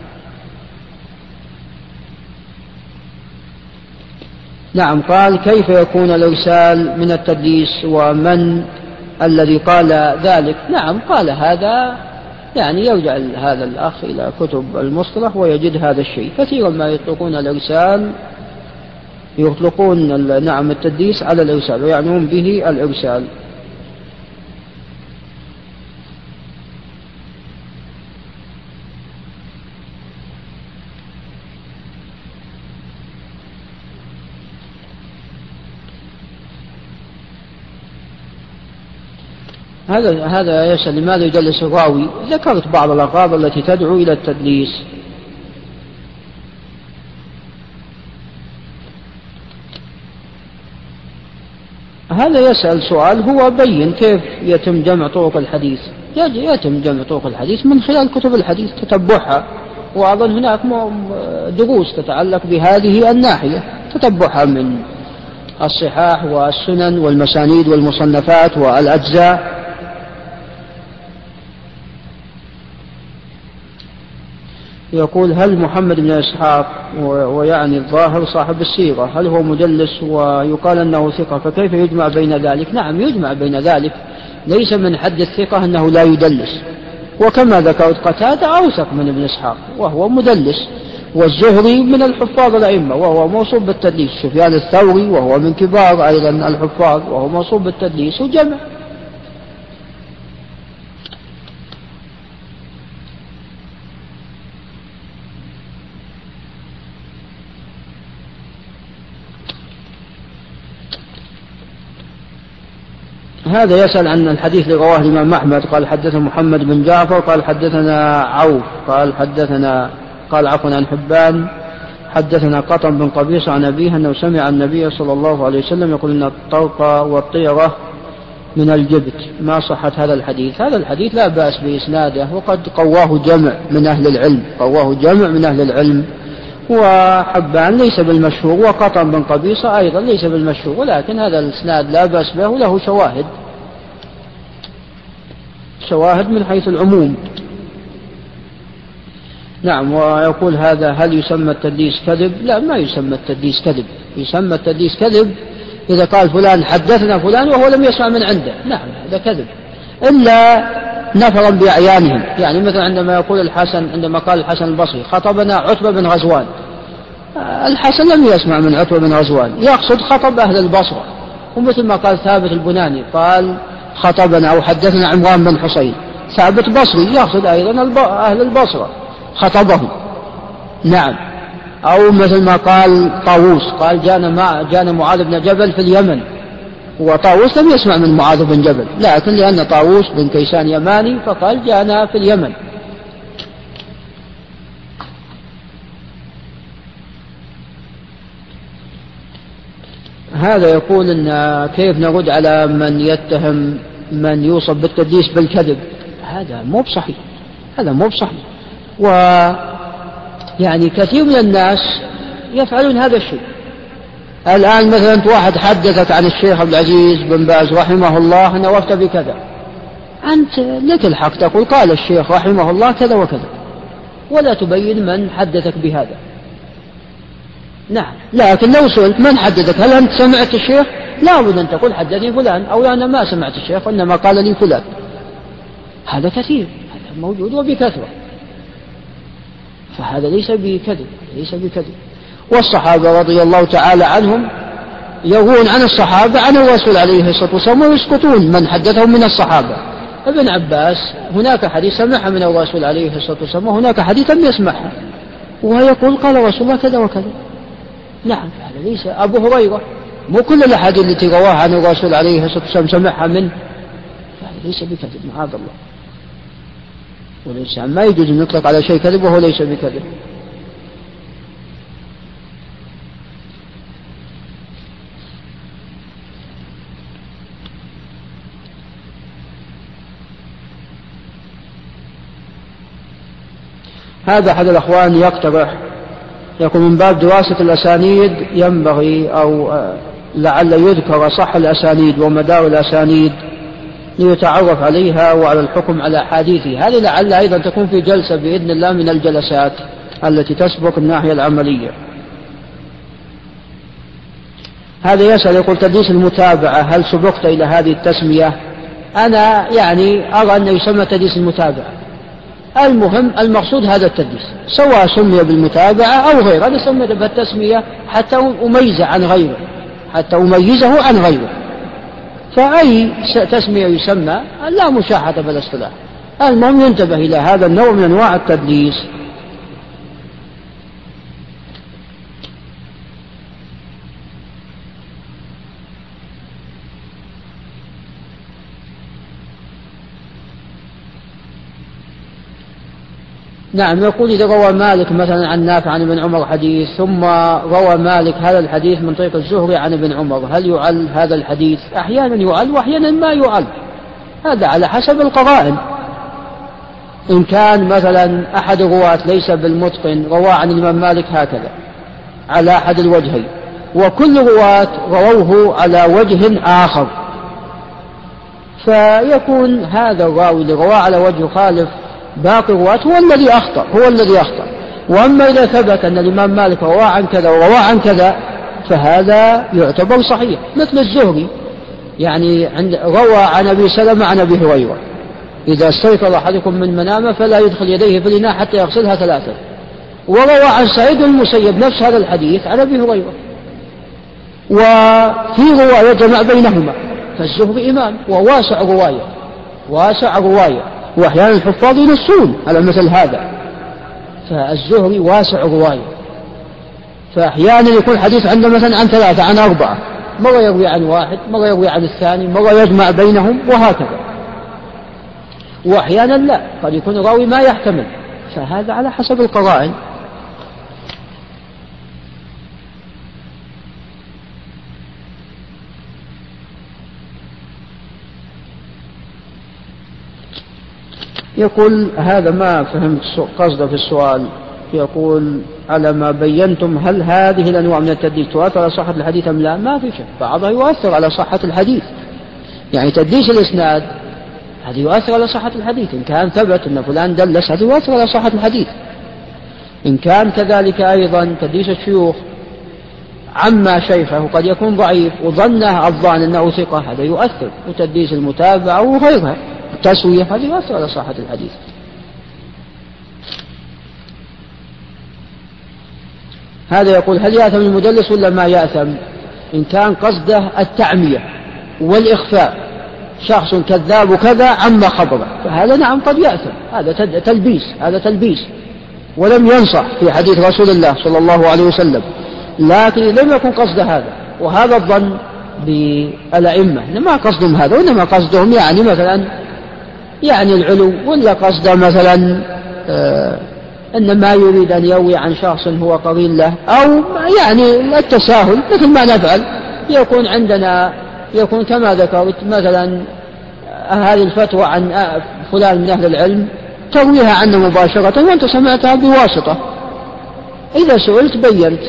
نعم. قال كيف يكون الإرسال من التدليس ومن الذي قال ذلك؟ نعم، قال هذا يعني يرجع هذا الأخ إلى كتب المصطلح ويجد هذا الشيء. كثيرا ما يطلقون الإرسال يطلقون نعم التدليس على الإرسال ويعنون به الإرسال. هذا هذا يسأل لماذا يدلس الراوي؟ ذكرت بعض الألقاب التي تدعو إلى التدليس. هذا يسأل سؤال هو بين كيف يتم جمع طرق الحديث. يتم جمع طرق الحديث من خلال كتب الحديث تتبعها، وأظن هناك دروس تتعلق بهذه الناحية تتبعها من الصحاح والسنن والمسانيد والمصنفات والأجزاء. يقول هل محمد بن إسحاق ويعني الظاهر صاحب السيرة هل هو مدلس ويقال أنه ثقة، فكيف يجمع بين ذلك؟ نعم يجمع بين ذلك، ليس من حد الثقة أنه لا يدلس، وكما ذكرت قتادة أوثق من ابن إسحاق وهو مدلس، والزهري من الحفاظ الأئمة وهو موصوف بالتدليس، سفيان الثوري وهو من كبار أيضا الحفاظ وهو موصوف بالتدليس وجمع. هذا يسأل عن الحديث اللي رواه الإمام أحمد قال حدثنا محمد بن جعفر قال حدثنا عوف قال حدثنا قال عفوا عن حبان حدثنا قطن بن قبيصة عن أبيه أنه سمع النبي صلى الله عليه وسلم يقول إن الطرق والطيرة من الجبت. ما صحة هذا الحديث؟ هذا الحديث لا بأس بإسناده وقد قواه جمع من أهل العلم، قواه جمع من أهل العلم، وحبان ليس بالمشهور وقطن بن قبيصة أيضا ليس بالمشهور، ولكن هذا الإسناد لا بأس به وله شواهد شواهد من حيث العموم. نعم. ويقول هذا هل يسمى التدليس كذب؟ لا، ما يسمى التدليس كذب. يسمى التدليس كذب إذا قال فلان حدثنا فلان وهو لم يسمع من عنده، نعم هذا كذب، إلا نفرا بأعيانهم. يعني مثلا عندما يقول الحسن عندما قال الحسن البصري خطبنا عتبة بن غزوان، الحسن لم يسمع من عتبة بن غزوان، يقصد خطب أهل البصرة. ومثل ما قال ثابت البناني قال خطبنا أو حدثنا عمران بن حسين، ثابت بصري يقصد أيضا أهل البصرة خطبهم. نعم. أو مثل ما قال طاووس قال جانا, مع جانا معاذ بن جبل في اليمن، وطاووس لم يسمع من معاذ بن جبل، لكن لأن طاووس بن كيسان يماني فقال جانا في اليمن. هذا يقول إن كيف نرد على من يتهم من يوصف بالتدليس بالكذب؟ هذا مو بصحيح، هذا مو بصحيح. ويعني كثير من الناس يفعلون هذا الشيء. الآن مثلا أنت واحد حدثك عن الشيخ عبد العزيز بن باز رحمه الله أنه وفت بكذا، أنت لك الحق تقول قال الشيخ رحمه الله كذا وكذا، ولا تبين من حدثك بهذا. نعم. لكن لو سئلت من حدثك هل أنت سمعت الشيخ؟ لا بد أن تقول حدثني فلان، أو أنا ما سمعت الشيخ وإنما قال لي فلان. هذا كثير، هذا موجود وبكثرة، فهذا ليس بكذب، ليس بكذب. والصحابة رضي الله تعالى عنهم يروون عن الصحابة عن الرسول عليه الصلاة والسلام ويسكتون من حدثهم من الصحابة. ابن عباس هناك حديث سمعها من الرسول عليه الصلاة والسلام وهناك حديث لم يسمعها، وهو يقول قال رسول الله كذا وكذا. نعم هذا ليس أبو هريرة، مو كل الأحاديث التي رواها عن الرسول عليه الصلاة والسلام سمعها منه، هذا ليس بكذب معاذ الله. والإنسان ما يجوز أن يطلق على شيء كذب وهو ليس بكذب. هذا أحد الأخوان يقترح يكون من باب دراسة الأسانيد ينبغي أو لعل يذكر صح الأسانيد ومدار الأسانيد ليتعرف عليها وعلى الحكم على أحاديثها. هذه لعل أيضا تكون في جلسة بإذن الله من الجلسات التي تسبق الناحية العملية. هذا يسأل يقول تدليس المتابعة هل سبقت إلى هذه التسمية؟ أنا يعني أرى أن يسمى تدليس المتابعة. المهم المقصود هذا التدليس سواء سمي بالمتابعة أو غيره، أنا سميت بالتسمية حتى أميزه عن غيره حتى أميزه عن غيره. فأي تسمية يسمى لا مشاحة بالاصطلاح. المهم ينتبه إلى هذا النوع من أنواع التدليس. نعم يقول إذا روى مالك مثلا عن نافع عن ابن عمر حديث ثم روى مالك هذا الحديث من طريق الزهري عن ابن عمر، هل يعل هذا الحديث؟ أحيانا يعل وأحيانا ما يعل، هذا على حسب القرائن. إن كان مثلا أحد الرواة ليس بالمتقن روى عن الإمام مالك هكذا على أحد الوجهين وكل رواة رووه على وجه آخر، فيكون هذا الراوي اللي رواه على وجه خالف باقي الرواة هو الذي أخطأ هو الذي أخطأ. وأما إذا ثبت أن الإمام مالك روى عن كذا وروى عن كذا فهذا يعتبر صحيح، مثل الزهري يعني عند روى عن أبي سلمة عن أبي هريرة إذا استيقظ أحدكم من منامه فلا يدخل يديه في الإناء حتى يغسلها ثلاثة، وروى عن سعيد المسيب نفس هذا الحديث عن أبي هريرة، وفي رواية جمع بينهما، فالزهري إمام وواسع رواية واسع رواية وأحيانا الحفاظ ينصون على مثل هذا، فالزهري واسع رواية، فأحيانا يكون حديث عنده مثلا عن ثلاثة عن أربعة، مرة يروي عن واحد مرة يروي عن الثاني مرة يجمع بينهم وهكذا. وأحيانا لا، قد يكون الراوي ما يحتمل، فهذا على حسب القرائن. يقول هذا ما فهمت قصده في السؤال، يقول على ما بينتم هل هذه الأنواع من التدليس تؤثر على صحة الحديث أم لا؟ ما في شك، بعضها يؤثر على صحة الحديث، يعني تدليس الإسناد هذا يؤثر على صحة الحديث، إن كان ثبت أن فلان دلس هذا يؤثر على صحة الحديث. إن كان كذلك أيضا تدليس الشيوخ عما شيخه قد يكون ضعيف وظنه الظان أنه ثقة هذا يؤثر، وتدليس المتابعة وغيرها التسوية هذا يؤثر على صحة الحديث. هذا يقول هل يأثم المدلس ولا ما يأثم؟ إن كان قصده التعمية والإخفاء، شخص كذاب كذا عما خبره فهذا نعم قد يأثم، هذا تلبيس هذا تلبيس ولم ينصح في حديث رسول الله صلى الله عليه وسلم. لكن لم يكن قصد هذا، وهذا الظن بالأئمة ما قصدهم هذا، وإنما قصدهم يعني مثلا يعني العلو، ولا قصده مثلا آه أن ما يريد أن يروي عن شخص هو قرين له، أو يعني التساهل مثل ما نفعل، يكون عندنا يكون كما ذكرت مثلا هذه الفتوى عن فلان من أهل العلم ترويها عنه مباشرة وأنت سمعتها بواسطة، إذا سئلت بينت.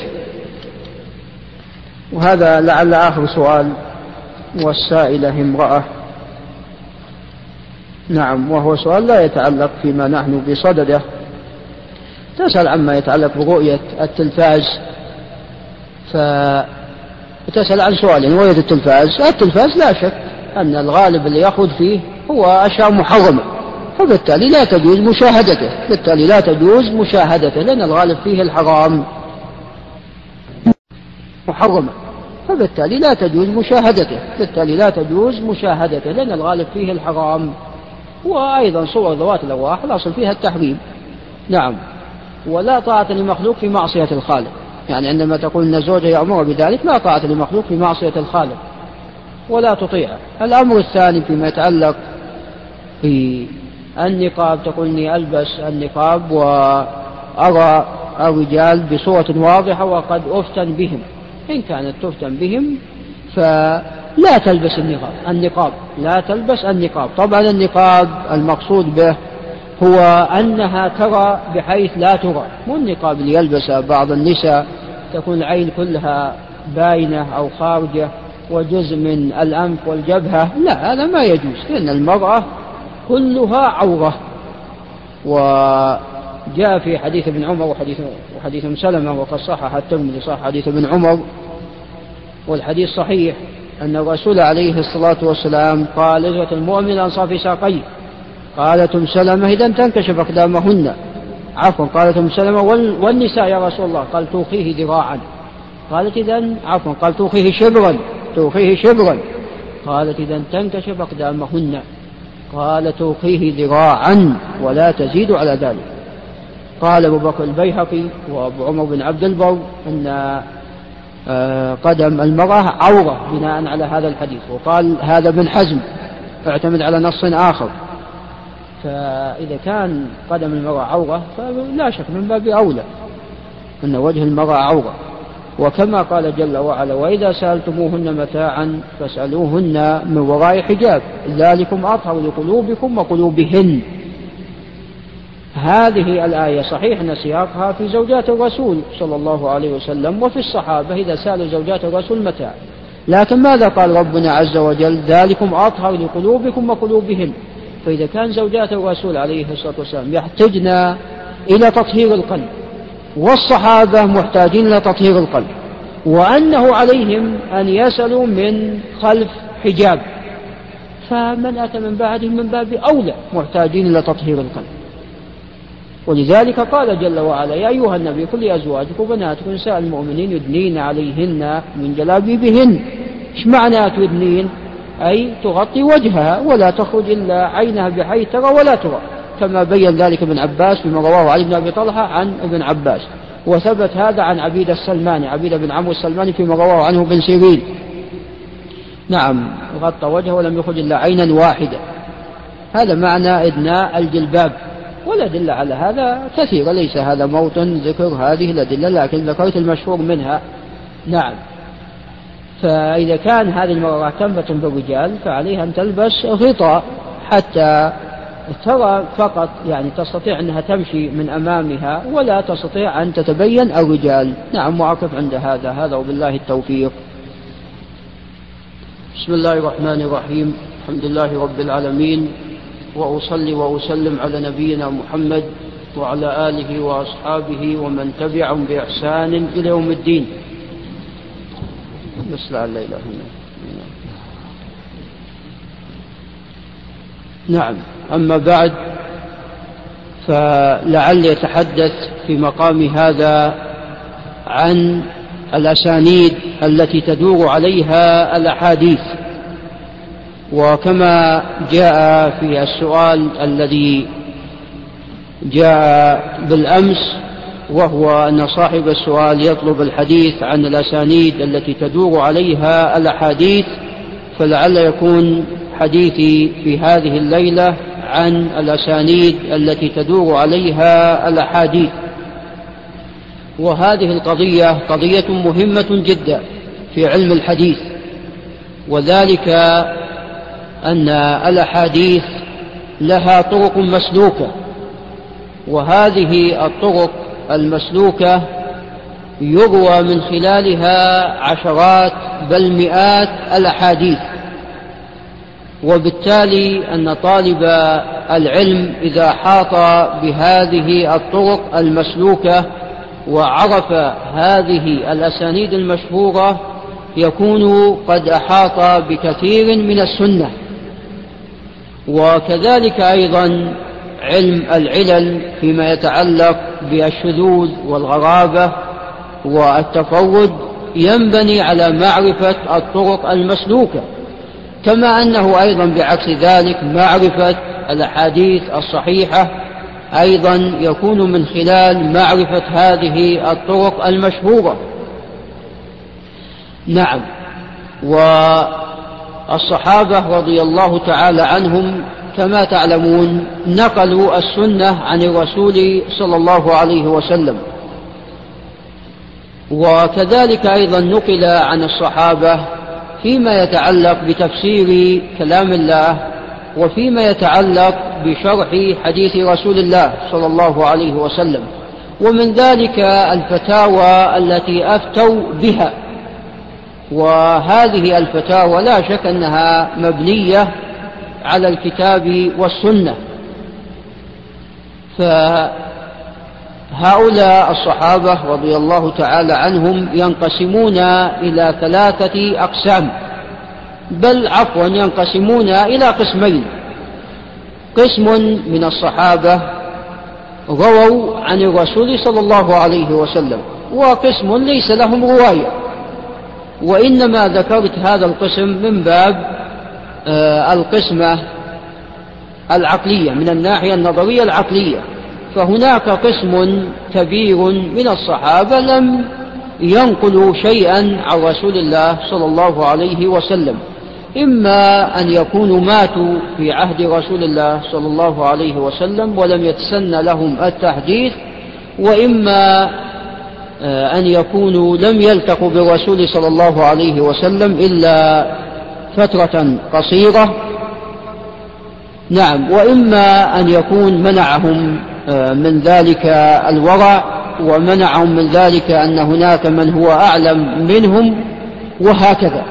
وهذا لعل آخر سؤال، والسائلة امرأة، نعم، وهو سؤال لا يتعلق فيما نحن بصدده، تسأل عما يتعلق برؤية التلفاز، فتسأل عن سؤال رؤية التلفاز. التلفاز لا شك أن الغالب اللي يأخذ فيه هو أشياء محرمة، فبالتالي لا تجوز مشاهدته بالتالي لا تجوز مشاهدته لأن الغالب فيه الحرام محرمة، فبالتالي لا تجوز مشاهدته بالتالي لا تجوز مشاهدته لأن الغالب فيه الحرام. وأيضا صور ذوات الأرواح الأصل فيها التحريم، نعم، ولا طاعة لمخلوق في معصية الخالق، يعني عندما تقول أن زوجها يأمر بذلك لا طاعة لمخلوق في معصية الخالق ولا تطيعه. الأمر الثاني فيما يتعلق في النقاب، تقول إني ألبس النقاب وأرى الرجال بصورة واضحة وقد أفتن بهم. إن كانت تفتن بهم فلا تلبس النقاب النقاب لا تلبس النقاب. طبعا النقاب المقصود به هو أنها ترى بحيث لا ترى، مو النقاب اللي يلبسه بعض النساء تكون العين كلها باينة أو خارجة وجزء من الأنف والجبهة، لا هذا ما يجوز، لأن المرأة كلها عورة. وجاء في حديث ابن عمر وحديث, وحديث ام سلمة وقد صحح الترمذي صح حديث ابن عمر والحديث صحيح أن الرسول عليه الصلاة والسلام قال إزوة المؤمن أنصاف في ساقيه. قالت ام سلمة إذا تنكشف أقدامهن، عفوا قالت ام سلمة والنساء يا رسول الله؟ قال توخيه ذراعا. قالت إذا عفوا قال توخيه شبرا توخيه شبرا قالت إذا تنكشف أقدامهن. قال توخيه ذراعا ولا تزيد على ذلك. قال أبو بكر البيهقي وأبو عمر بن عبد البر أن قدم المرأة عورة بناء على هذا الحديث، وقال هذا ابن حزم اعتمد على نص آخر. فإذا كان قدم المرأة عورة فلا شك من باب أولى أن وجه المرأة عورة. وكما قال جل وعلا وإذا سألتموهن متاعا فاسألوهن من وراء حجاب ذلكم أطهر لقلوبكم وقلوبهن. هذه الآية صحيح أن سياقها في زوجات الرسول صلى الله عليه وسلم وفي الصحابة إذا سألوا زوجات الرسول متاع، لكن ماذا قال ربنا عز وجل؟ ذلكم أطهر لقلوبكم وقلوبهن. فإذا كان زوجات الرسول عليه الصلاة والسلام يحتجن إلى تطهير القلب والصحابة محتاجين إلى تطهير القلب، وأنه عليهم أن يسألوا من خلف حجاب، فمن أتى من بعدهم من باب أولى محتاجين إلى تطهير القلب. ولذلك قال جل وعلا يا أيها النبي قل لأزواجك وبناتك ونساء المؤمنين يدنين عليهن من جلابيبهن. إيش معنى تدنين؟ أي تغطي وجهها ولا تخرج إلا عينها بحيث ترى ولا ترى، كما بين ذلك ابن عباس فيما رواه علي بن أبي طلحة عن ابن عباس، وثبت هذا عن عبيد السلماني عبيد بن عمرو السلماني فيما رواه عنه ابن سيرين. نعم غطى وجهه ولم يخرج إلا عينا واحدة. هذا معنى إدناء الجلباب، والأدلة على هذا كثيرة، ليس هذا موطن ذكر هذه الأدلة لكن ذكرت المشهور منها. نعم فإذا كان هذه المرأة تنفتن بالرجال فعليها أن تلبس غطاء حتى ترى فقط، يعني تستطيع أنها تمشي من أمامها ولا تستطيع أن تتبين الرجال. نعم وأقف عند هذا هذا وبالله التوفيق. بسم الله الرحمن الرحيم. الحمد لله رب العالمين، وأصلي وأسلم على نبينا محمد وعلى آله وأصحابه ومن تبعهم بإحسان إلى يوم الدين. بس لا إله إلا نعم أما بعد، فلعلي أتحدث في مقام هذا عن الأسانيد التي تدور عليها الأحاديث. وكما جاء في السؤال الذي جاء بالأمس، وهو أن صاحب السؤال يطلب الحديث عن الأسانيد التي تدور عليها الأحاديث، فلعل يكون حديثي في هذه الليلة عن الأسانيد التي تدور عليها الأحاديث. وهذه القضية قضية مهمة جدا في علم الحديث، وذلك أن الأحاديث لها طرق مسلوكة، وهذه الطرق المسلوكة يروى من خلالها عشرات بل مئات الأحاديث. وبالتالي أن طالب العلم إذا حاط بهذه الطرق المسلوكة وعرف هذه الأسانيد المشهورة يكون قد أحاط بكثير من السنة. وكذلك أيضا علم العلل فيما يتعلق بالشذوذ والغرابة والتفرد ينبني على معرفة الطرق المسلوكة، كما أنه أيضا بعكس ذلك معرفة الأحاديث الصحيحة أيضا يكون من خلال معرفة هذه الطرق المشهورة. نعم. والصحابة رضي الله تعالى عنهم كما تعلمون نقلوا السنة عن الرسول صلى الله عليه وسلم، وكذلك أيضا نقل عن الصحابة فيما يتعلق بتفسير كلام الله وفيما يتعلق بشرح حديث رسول الله صلى الله عليه وسلم، ومن ذلك الفتاوى التي أفتوا بها. وهذه الفتاوى لا شك أنها مبنية على الكتاب والسنة. فهؤلاء الصحابة رضي الله تعالى عنهم ينقسمون إلى ثلاثة أقسام، بل عفوا ينقسمون إلى قسمين. قسم من الصحابة رووا عن الرسول صلى الله عليه وسلم، وقسم ليس لهم رواية. وإنما ذكرت هذا القسم من باب آه القسمة العقلية، من الناحية النظرية العقلية. فهناك قسم كبير من الصحابة لم ينقلوا شيئا عن رسول الله صلى الله عليه وسلم، إما أن يكونوا ماتوا في عهد رسول الله صلى الله عليه وسلم ولم يتسن لهم التحديث، وإما أن يكونوا لم يلتقوا بالرسول صلى الله عليه وسلم إلا فترة قصيرة. نعم. وإما أن يكون منعهم من ذلك الورع، ومنعهم من ذلك أن هناك من هو أعلم منهم، وهكذا.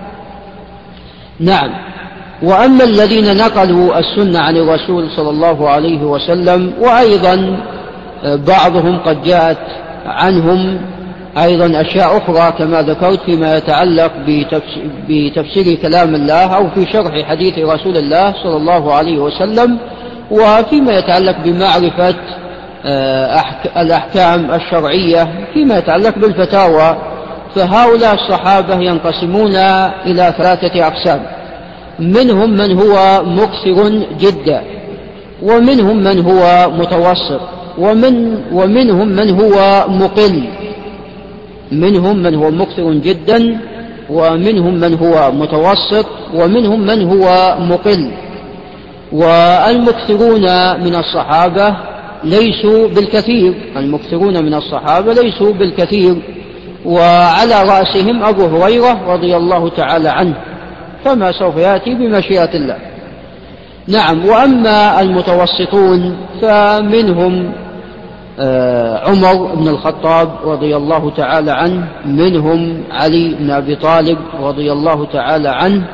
نعم. وأما الذين نقلوا السنة عن الرسول صلى الله عليه وسلم، وأيضا بعضهم قد جاءت عنهم أيضا أشياء أخرى كما ذكرت فيما يتعلق بتفسير كلام الله أو في شرح حديث رسول الله صلى الله عليه وسلم، وفيما يتعلق بمعرفة الأحكام الشرعية فيما يتعلق بالفتاوى. فهؤلاء الصحابة ينقسمون إلى ثلاثة أقسام: منهم من هو مكثر جدا، ومنهم من هو متوسط، ومن ومنهم من هو مقل. منهم من هو مكثر جدا، ومنهم من هو متوسط، ومنهم من هو مقل. والمكثرون من الصحابة ليسوا بالكثير، المكثرون من الصحابة ليسوا بالكثير، وعلى رأسهم أبو هريرة رضي الله تعالى عنه، كما سوف يأتي بمشيئة الله. نعم. وأما المتوسطون فمنهم عمر بن الخطاب رضي الله تعالى عنه، منهم علي بن أبي طالب رضي الله تعالى عنه،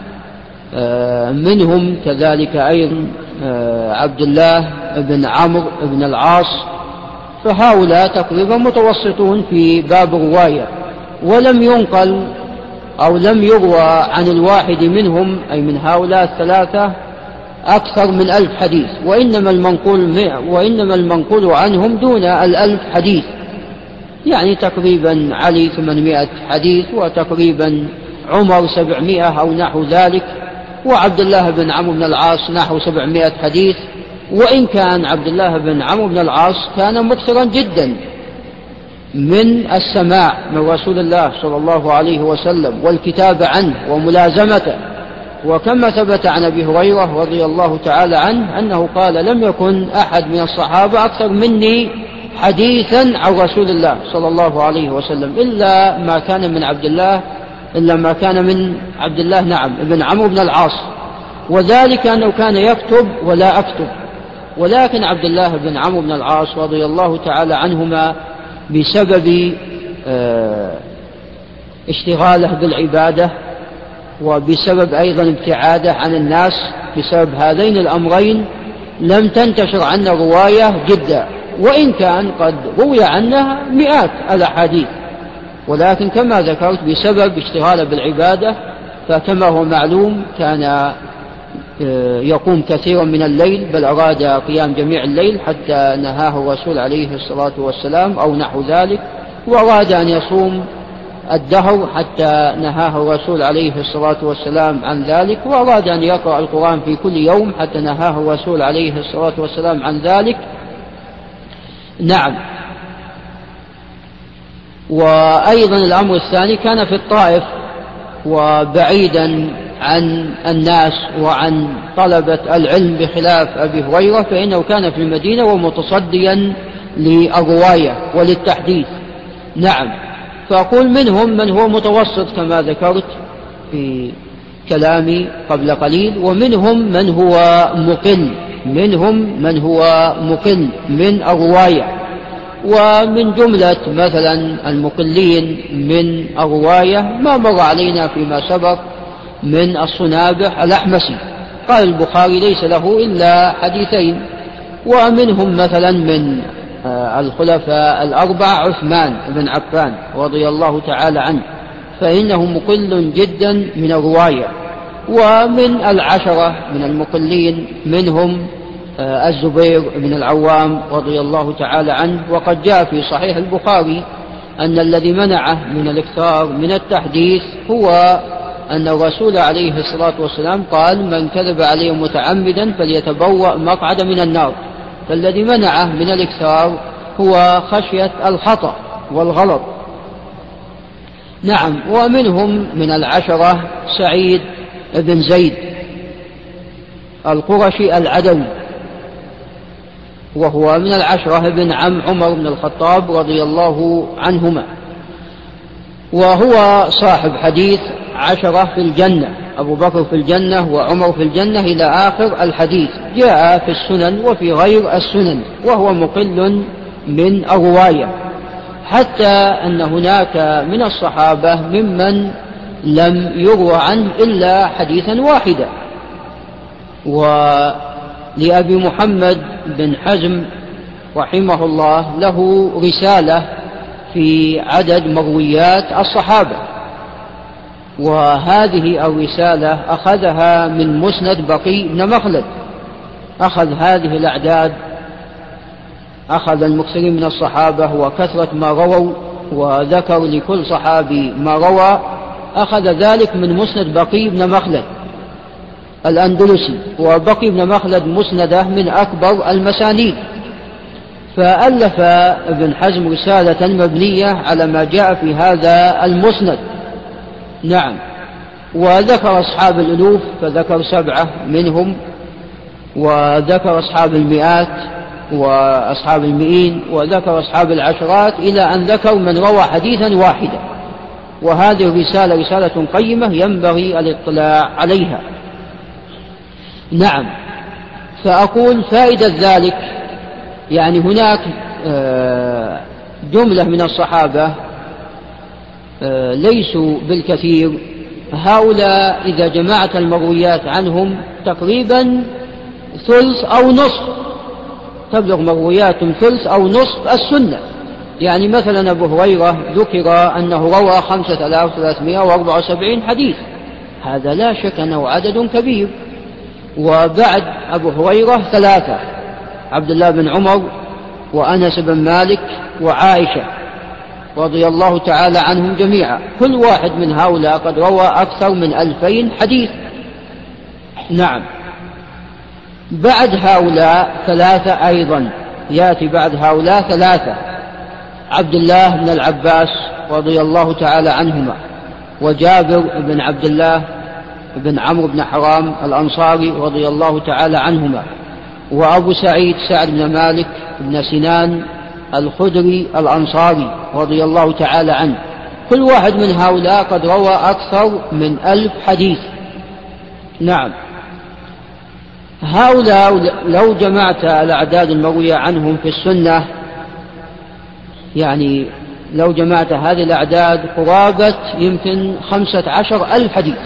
منهم كذلك أيضا عبد الله بن عمرو بن العاص. فهؤلاء تقريبا متوسطون في باب الرواية، ولم ينقل أو لم يروى عن الواحد منهم أي من هؤلاء الثلاثة أكثر من ألف حديث، وإنما المنقول, وإنما المنقول عنهم دون الألف حديث، يعني تقريبا علي ثمانمائة حديث، وتقريبا عمر سبعمائة أو نحو ذلك، وعبد الله بن عمرو بن العاص نحو سبعمائة حديث. وإن كان عبد الله بن عمرو بن العاص كان مكثرا جدا من السماع من رسول الله صلى الله عليه وسلم والكتاب عنه وملازمته، وكما ثبت عن أبي هريرة رضي الله تعالى عنه أنه قال: لم يكن أحد من الصحابة أكثر مني حديثا عن رسول الله صلى الله عليه وسلم إلا ما كان من عبد الله إلا ما كان من عبد الله نعم ابن عمرو بن العاص، وذلك أنه كان يكتب ولا أكتب. ولكن عبد الله بن عمرو بن العاص رضي الله تعالى عنهما بسبب اشتغاله بالعبادة، وبسبب أيضا ابتعاده عن الناس، بسبب هذين الأمرين لم تنتشر عنه رواية جدا، وإن كان قد روي عنه مئات الأحاديث، ولكن كما ذكرت بسبب اشتغاله بالعبادة، فكما هو معلوم كان يقوم كثيرا من الليل، بل أراد قيام جميع الليل حتى نهاه الرسول عليه الصلاة والسلام أو نحو ذلك، وأراد أن يصوم الدهر حتى نهاه الرسول عليه الصلاة والسلام عن ذلك، وأراد أن يقرأ القرآن في كل يوم حتى نهاه الرسول عليه الصلاة والسلام عن ذلك. نعم. وأيضا الأمر الثاني كان في الطائف وبعيدا عن الناس وعن طلبة العلم بخلاف أبي هريرة، فإنه كان في المدينة ومتصديا للرواية وللتحديث. نعم. فأقول منهم من هو متوسط كما ذكرت في كلامي قبل قليل، ومنهم من هو مقل منهم من هو مقل من الرواية. ومن جملة مثلا المقلين من الرواية ما مر علينا فيما سبق من الصنابح الأحمسي، قال البخاري ليس له إلا حديثين. ومنهم مثلا من الخلفاء الأربعة عثمان بن عفان رضي الله تعالى عنه، فإنه مقل جدا من الرواية. ومن العشرة من المقلين منهم الزبير بن العوام رضي الله تعالى عنه. وقد جاء في صحيح البخاري أن الذي منعه من الإكثار من التحديث هو أن الرسول عليه الصلاة والسلام قال: من كذب عليه متعمدا فليتبوأ مقعد من النار. فالذي منعه من الإكثار هو خشية الخطأ والغلط. نعم. ومنهم من العشرة سعيد بن زيد القرشي العدوي، وهو من العشرة ابن عم عمر بن الخطاب رضي الله عنهما، وهو صاحب حديث عشرة في الجنة، أبو بكر في الجنة وعمر في الجنة إلى آخر الحديث، جاء في السنن وفي غير السنن، وهو مقل من الرواية، حتى أن هناك من الصحابة ممن لم يروى عنه إلا حديثا واحدا. ولأبي محمد بن حزم رحمه الله له رسالة في عدد مرويات الصحابة، وهذه الرسالة أخذها من مسند بقي بن مخلد، أخذ هذه الأعداد، أخذ المكثرين من الصحابة وكثرة ما رووا، وذكر لكل صحابي ما روى، أخذ ذلك من مسند بقي بن مخلد الأندلسي، وبقي بن مخلد مسنده من أكبر المسانيد. فألف ابن حزم رسالة مبنية على ما جاء في هذا المسند. نعم. وذكر أصحاب الألوف فذكر سبعة منهم، وذكر أصحاب المئات وأصحاب المئين، وذكر أصحاب العشرات، إلى أن ذكر من روى حديثا واحدا. وهذه الرسالة رسالة قيمة ينبغي الاطلاع عليها. نعم. فأقول فائدة ذلك، يعني هناك جملة من الصحابة ليسوا بالكثير، هؤلاء إذا جمعت المرويات عنهم تقريبا ثلث أو نصف، تبلغ مرويات ثلث أو نصف السنة. يعني مثلا أبو هريرة ذكر أنه روى خمسة آلاف وثلاثمائة وأربعة وسبعين حديث، هذا لا شك أنه عدد كبير. وبعد أبو هريرة ثلاثة: عبد الله بن عمر وأنس بن مالك وعائشة رضي الله تعالى عنهم جميعا، كل واحد من هؤلاء قد روى أكثر من ألفين حديث. نعم. بعد هؤلاء ثلاثة أيضا، يأتي بعد هؤلاء ثلاثة: عبد الله بن العباس رضي الله تعالى عنهما، وجابر بن عبد الله بن عمرو بن حرام الأنصاري رضي الله تعالى عنهما، وأبو سعيد سعد بن مالك بن سنان الخدري الأنصاري رضي الله تعالى عنه. كل واحد من هؤلاء قد روى أكثر من ألف حديث. نعم. هؤلاء لو جمعت الأعداد المروية عنهم في السنة، يعني لو جمعت هذه الأعداد قرابة يمكن خمسة عشر ألف حديث.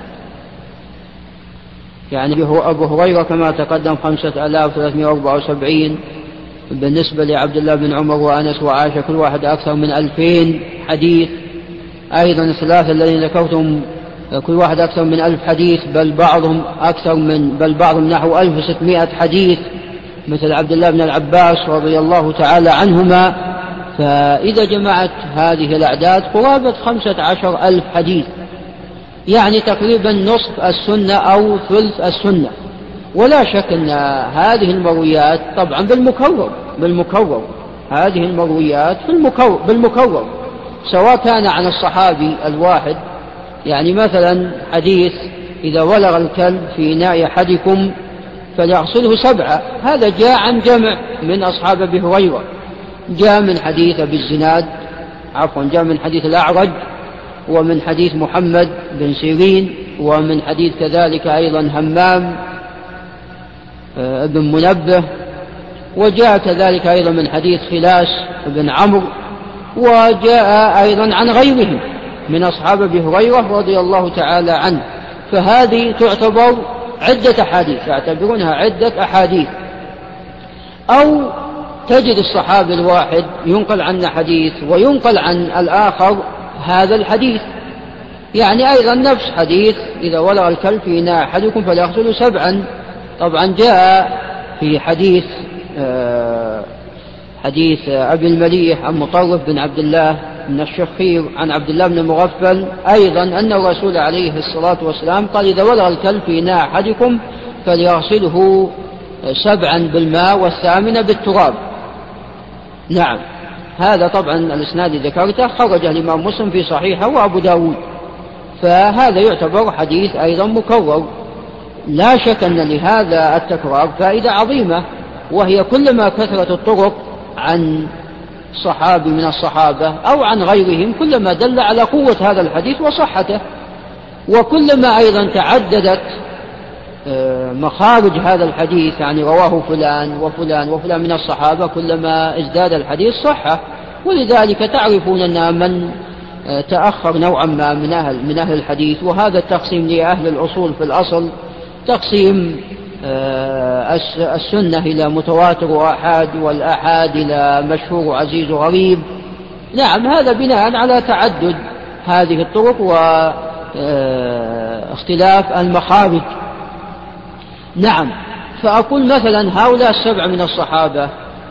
يعني هو أبو هريرة كما تقدم خمسة آلاف وثلاثمائة وأربعة وسبعين، بالنسبة لعبد الله بن عمر وأنس وعائشة كل واحد أكثر من ألفين حديث. أيضا الثلاثة الذين ذكرتم كل واحد أكثر من ألف حديث، بل بعضهم أكثر من بل بعضهم نحو ألف وستمائة حديث، مثل عبد الله بن العباس رضي الله تعالى عنهما. فإذا جمعت هذه الأعداد قرابة خمسة عشر ألف حديث، يعني تقريبا نصف السنة أو ثلث السنة. ولا شك أن هذه المرويات طبعا بالمكرر بالمكرر هذه المرويات بالمكرر، سواء كان عن الصحابي الواحد، يعني مثلا حديث إذا ولغ الكلب في إناء أحدكم فليغسله سبعة، هذا جاء عن جمع من أصحاب أبي هريرة، جاء من حديث أبي الزناد عفوا جاء من حديث الأعرج، ومن حديث محمد بن سيرين، ومن حديث كذلك أيضا همام بن منبه، وجاء كذلك أيضا من حديث خلاس بن عمرو، وجاء أيضا عن غيرهم من أصحاب أبي هريرة رضي الله تعالى عنه. فهذه تعتبر عدة أحاديث، يعتبرونها عدة أحاديث. أو تجد الصحابي الواحد ينقل عنه حديث وينقل عن الآخر هذا الحديث، يعني أيضا نفس حديث إذا ولغ الكلب في إناء أحدكم فليغسله سبعا، طبعا جاء في حديث حديث أبي المليح عن مطرف بن عبد الله بن الشخير عن عبد الله بن المغفل أيضا أن الرسول عليه الصلاة والسلام قال إذا ولغ الكلب في إناء أحدكم فليغسله سبعا بالماء والثامنة بالتراب. نعم، هذا طبعا الإسناد ذكرته خرجه الإمام مسلم في صحيحه وأبو داود، فهذا يعتبر حديث أيضا مكرر. لا شك أن لهذا التكرار فائدة عظيمة، وهي كلما كثرت الطرق عن صحابي من الصحابة أو عن غيرهم كلما دل على قوة هذا الحديث وصحته، وكلما أيضا تعددت مخارج هذا الحديث، يعني رواه فلان وفلان وفلان من الصحابة، كلما ازداد الحديث صحة. ولذلك تعرفون أن من تأخر نوعا ما من أهل, من أهل الحديث، وهذا التقسيم لأهل الأصول في الأصل تقسيم السنة إلى متواتر وآحاد، والآحاد إلى مشهور وعزيز وغريب. نعم، هذا بناء على تعدد هذه الطرق واختلاف المخارج. نعم، فأقول مثلا هؤلاء السبعة من الصحابة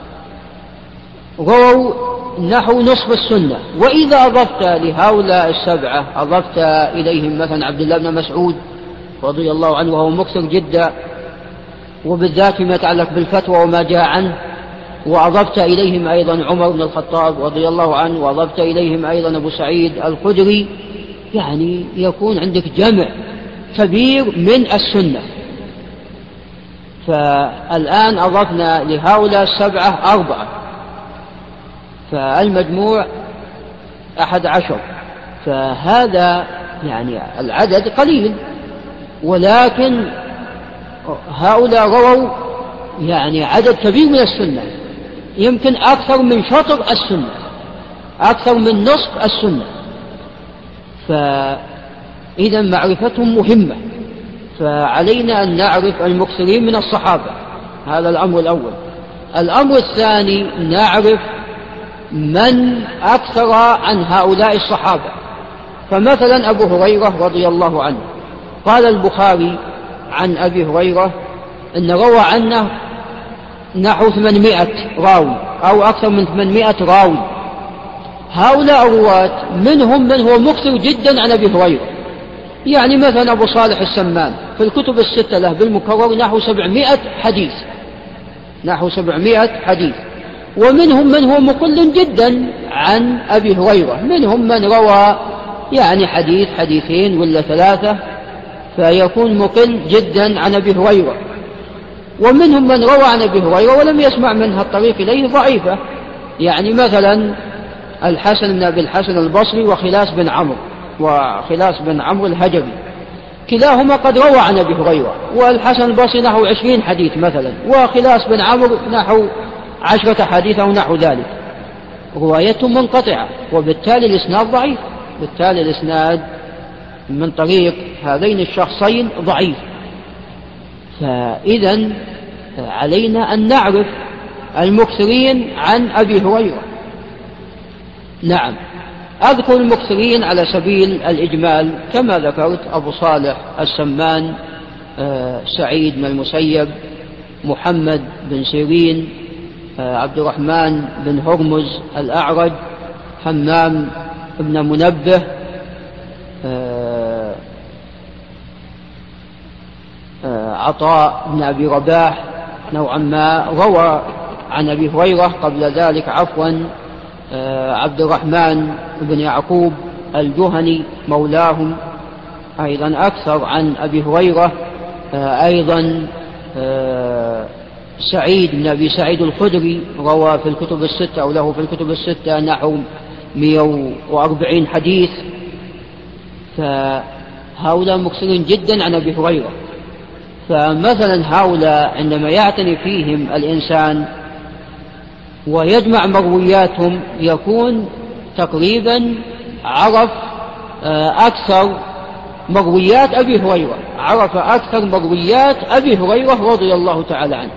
رووا نحو نصف السنة، وإذا أضفت لهؤلاء السبعة أضفت إليهم مثلا عبد الله بن مسعود رضي الله عنه وهو مكثر جدا، وبالذات فيما يتعلق بالفتوى وما جاء عنه، وأضفت إليهم أيضا عمر بن الخطاب رضي الله عنه، وأضفت إليهم أيضا أبو سعيد الخدري، يعني يكون عندك جمع كبير من السنة. فالآن أضفنا لهؤلاء السبعة أربعة، فالمجموع أحد عشر، فهذا يعني العدد قليل، ولكن هؤلاء رووا يعني عدد كبير من السنة، يمكن أكثر من شطر السنة، أكثر من نصف السنة. فإذا معرفتهم مهمة، فعلينا أن نعرف المكثرين من الصحابة، هذا الأمر الأول. الأمر الثاني نعرف من أكثر عن هؤلاء الصحابة. فمثلا أبو هريرة رضي الله عنه قال البخاري عن أبي هريرة أن روى عنه نحو ثمانمائة راوي أو أكثر من ثمانمائة راوي. هؤلاء الرواة منهم من هو مكثر جدا عن أبي هريرة، يعني مثلا أبو صالح السمان في الكتب الستة له بالمكرر نحو سبعمائة حديث، نحو سبعمائة حديث. ومنهم من هو مقل جدا عن أبي هريرة، منهم من روى يعني حديث حديثين ولا ثلاثة فيكون مقل جدا عن أبي هريرة. ومنهم من روى عن أبي هريرة ولم يسمع منها الطريق إليه ضعيفة، يعني مثلا الحسن بن أبي الحسن البصري وخلاس بن عمرو وخلاس بن عمرو الهجري، كلاهما قد روى عن أبي هريرة، والحسن البصري نحو عشرين حديث مثلا، وخلاس بن عمرو نحو عشرة حديث أو نحو ذلك، روايتهم منقطعة، وبالتالي الإسناد ضعيف، بالتالي الإسناد من طريق هذين الشخصين ضعيف. فإذا علينا أن نعرف المكثرين عن أبي هريرة. نعم، أذكر المكثرين على سبيل الإجمال كما ذكرت: أبو صالح السمان، سعيد بن المسيب، محمد بن سيرين، عبد الرحمن بن هرمز الأعرج، همام بن منبه، عطاء بن أبي رباح نوعا ما روى عن أبي هريرة، قبل ذلك عفوا عبد الرحمن بن يعقوب الجهني مولاهم أيضا أكثر عن أبي هريرة. أيضا سعيد بن أبي سعيد الخدري روى في الكتب الستة أو له في الكتب الستة نحو مئة وأربعين حديث. فهؤلاء مكثرين جدا عن أبي هريرة. فمثلا هؤلاء عندما يعتني فيهم الإنسان ويجمع مروياتهم يكون تقريبا عرف أكثر مرويات أبي هريرة، عرف أكثر مرويات أبي هريرة رضي الله تعالى عنه.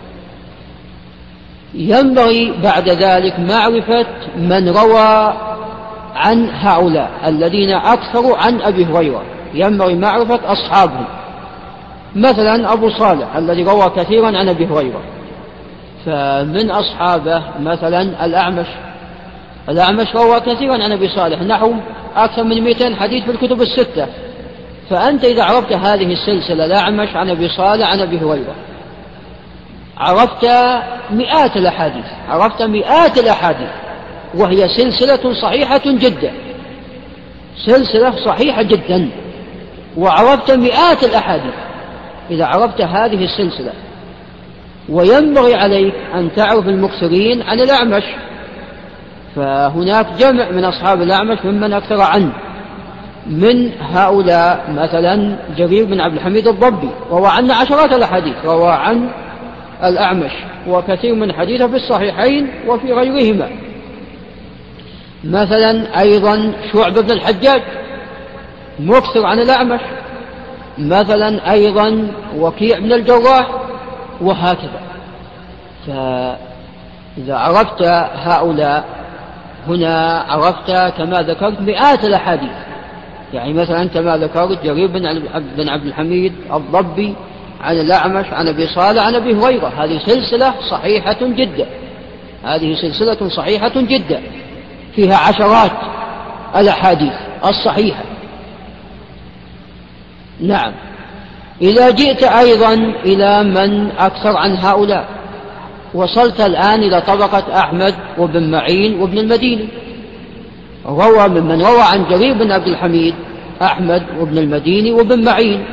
ينبغي بعد ذلك معرفة من روى عن هؤلاء الذين أكثروا عن أبي هريرة، ينبغي معرفة أصحابهم. مثلا أبو صالح الذي روى كثيرا عن أبي هريرة، فمن أصحابه مثلا الأعمش، الأعمش روى كثيرا عن أبي صالح نحو أكثر من مئتين حديث في الكتب الستة. فأنت إذا عرفت هذه السلسلة الأعمش عن أبي صالح عن أبي هريرة عرفت مئات الأحاديث، عرفت مئات الأحاديث، وهي سلسلة صحيحة جدا، سلسلة صحيحة جدا، وعرفت مئات الأحاديث إذا عرفت هذه السلسلة. وينبغي عليك أن تعرف المكثرين عن الأعمش، فهناك جمع من أصحاب الأعمش ممن أكثر عنه. من هؤلاء مثلا جرير بن عبد الحميد الضبي روى عنه عشرات الأحاديث، روى عن الأعمش وكثير من حديثه في الصحيحين وفي غيرهما. مثلا أيضا شعبة بن الحجاج مكثر عن الأعمش، مثلا أيضا وكيع بن الجراح، وهكذا. فإذا عرفت هؤلاء هنا عرفت كما ذكرت مئات الأحاديث. يعني مثلا كما ذكرت جرير بن عبد الحميد الضبي عن الأعمش عن أبي صالح عن أبي هريرة، هذه سلسلة صحيحة جدا، هذه سلسلة صحيحة جدا فيها عشرات الأحاديث الصحيحة. نعم. إذا جئت أيضا إلى من أكثر عن هؤلاء وصلت الآن إلى طبقة أحمد وابن معين وابن المديني، روى ممن روى عن جرير بن عبد الحميد أحمد وابن المديني وابن معين.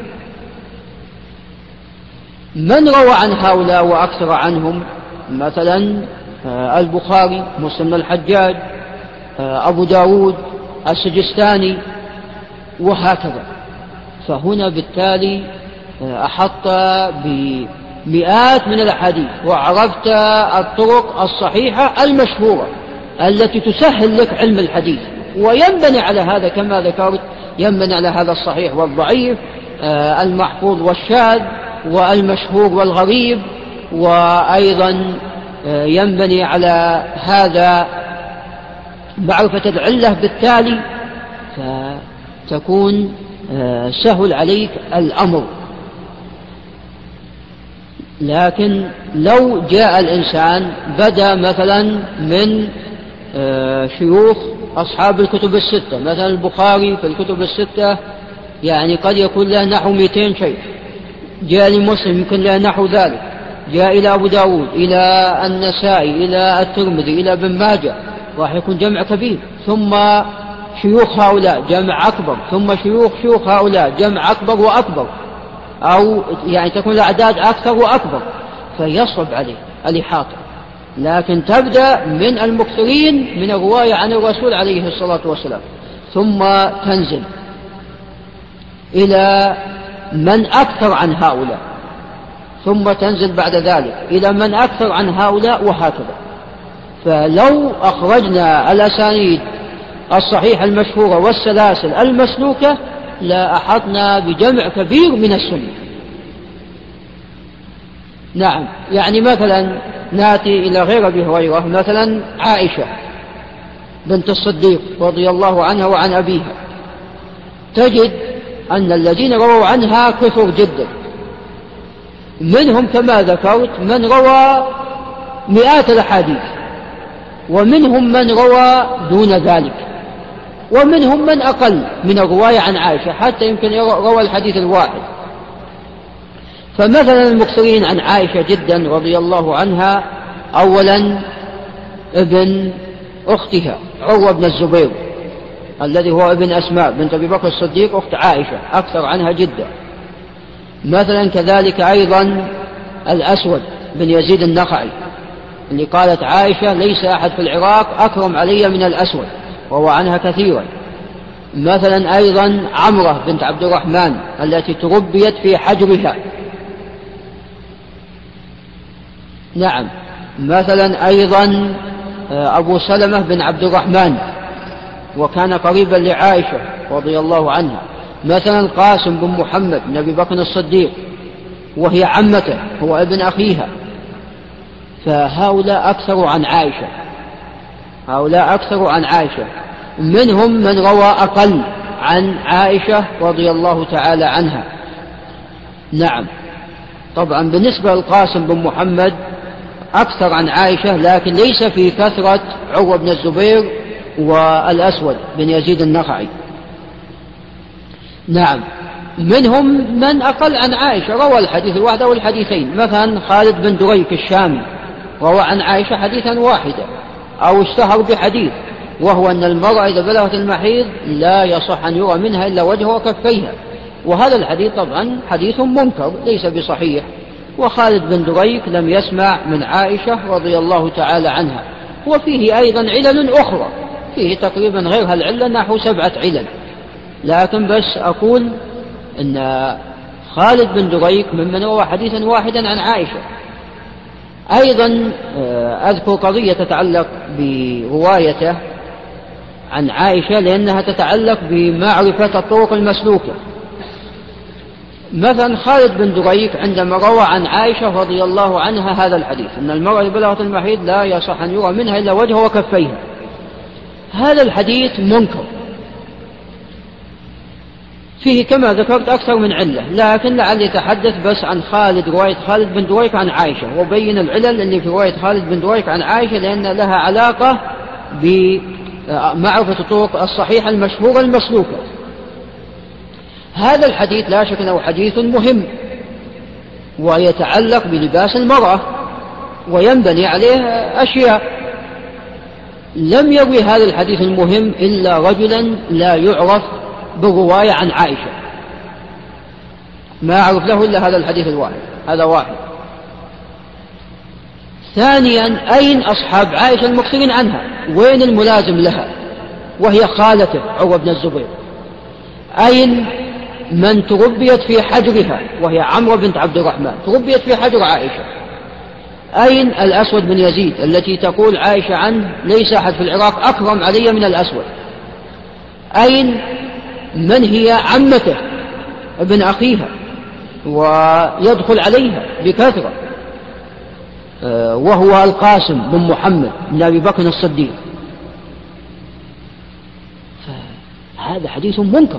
من روى عن هؤلاء وأكثر عنهم مثلا البخاري، مسلم الحجاج، أبو داود، السجستاني، وهكذا. فهنا بالتالي أحط بمئات من الأحاديث وعرفت الطرق الصحيحة المشهورة التي تسهل لك علم الحديث. وينبني على هذا كما ذكرت، ينبني على هذا الصحيح والضعيف، المحفوظ والشاذ، والمشهور والغريب، وأيضا ينبني على هذا معرفة العلة بالتالي، فتكون سهل عليك الأمر. لكن لو جاء الإنسان بدأ مثلا من شيوخ أصحاب الكتب الستة، مثلا البخاري في الكتب الستة يعني قد يكون له نحو مئتين شيء، جاء لمسلم يمكن له نحو ذلك، جاء إلى أبو داود، إلى النسائي، إلى الترمذي، إلى ابن ماجه، راح يكون جمع كبير. ثم شيوخ هؤلاء جمع أكبر، ثم شيوخ شيوخ هؤلاء جمع أكبر وأكبر، أو يعني تكون الأعداد أكثر وأكبر، فيصعب عليه الإحاطة. لكن تبدأ من المكثرين من الرواية عن الرسول عليه الصلاة والسلام، ثم تنزل إلى من أكثر عن هؤلاء، ثم تنزل بعد ذلك إلى من أكثر عن هؤلاء، وهكذا. فلو أخرجنا الأسانيد الصحيحة المشهورة والسلاسل المسلوكة لا أحطنا بجمع كبير من السنة. نعم. يعني مثلا نأتي إلى غير أبي هريرة، مثلا عائشة بنت الصديق رضي الله عنها وعن أبيها، تجد أن الذين رووا عنها كثر جدا، منهم كما ذكرت من روى مئات الأحاديث، ومنهم من روى دون ذلك، ومنهم من أقل من الرواية عن عائشة، حتى يمكن روى الحديث الواحد. فمثلا المكثرين عن عائشة جدا رضي الله عنها أولا ابن أختها عروة بن الزبير الذي هو ابن أسماء بنت أبي بكر الصديق أخت عائشة أكثر عنها جدا. مثلا كذلك أيضا الأسود بن يزيد النخعي اللي قالت عائشة ليس أحد في العراق أكرم علي من الأسود وهو عنها كثيرا. مثلا أيضا عمرة بنت عبد الرحمن التي تربيت في حجرها. نعم. مثلا أيضا أبو سلمة بن عبد الرحمن وكان قريبا لعائشة رضي الله عنها. مثلا قاسم بن محمد بن أبي بكر الصديق وهي عمته هو ابن أخيها. فهؤلاء أكثر عن عائشة هؤلاء أكثر عن عائشة منهم من روى أقل عن عائشة رضي الله تعالى عنها. نعم. طبعا بالنسبة للقاسم بن محمد أكثر عن عائشة لكن ليس في كثرة عروة بن الزبير والأسود بن يزيد النخعي. نعم. منهم من أقل عن عائشة روى الحديث الواحد أو الحديثين. مثلا خالد بن دريك الشامي روى عن عائشة حديثا واحدا أو اشتهر بحديث وهو أن المرأة إذا بلغت المحيض لا يصح أن يرى منها إلا وجهها وكفيها. وهذا الحديث طبعا حديث منكر ليس بصحيح. وخالد بن دريك لم يسمع من عائشة رضي الله تعالى عنها. وفيه أيضا علل أخرى فيه تقريبا غير هالعلة نحو سبعة علل. لكن بس أقول أن خالد بن دريك ممن روى حديثا واحدا عن عائشة. أيضا أذكر قضية تتعلق بروايته عن عائشة لأنها تتعلق بمعرفة الطرق المسلوكة. مثلا خالد بن دريك عندما روى عن عائشة رضي الله عنها هذا الحديث أن المرأة بلغت المحيض لا يصح أن يرى منها إلا وجهها وكفيها. هذا الحديث منكر فيه كما ذكرت أكثر من علة لكن لعلي أتحدث بس عن خالد رواية خالد بن دريك عن عائشة وبين العلل اللي في رواية خالد بن دريك عن عائشة لأن لها علاقة بمعرفة الطرق الصحيحة المشهورة المسلوكة. هذا الحديث لا شك أنه حديث مهم ويتعلق بلباس المرأة وينبني عليه أشياء. لم يروي هذا الحديث المهم إلا رجلا لا يعرف بالرواية عن عائشة ما أعرف له إلا هذا الحديث الواحد. هذا واحد. ثانيا أين أصحاب عائشة المكثرين عنها؟ وين الملازم لها وهي خالته عروة بن الزبير؟ أين من تربيت في حجرها وهي عمرو بنت عبد الرحمن تربيت في حجر عائشة؟ أين الأسود بن يزيد التي تقول عائشة عنه ليس أحد في العراق أكرم علي من الأسود؟ أين من هي عمته ابن أخيها ويدخل عليها بكثرة وهو القاسم بن محمد بن أبي بكر الصديق؟ فهذا حديث منكر.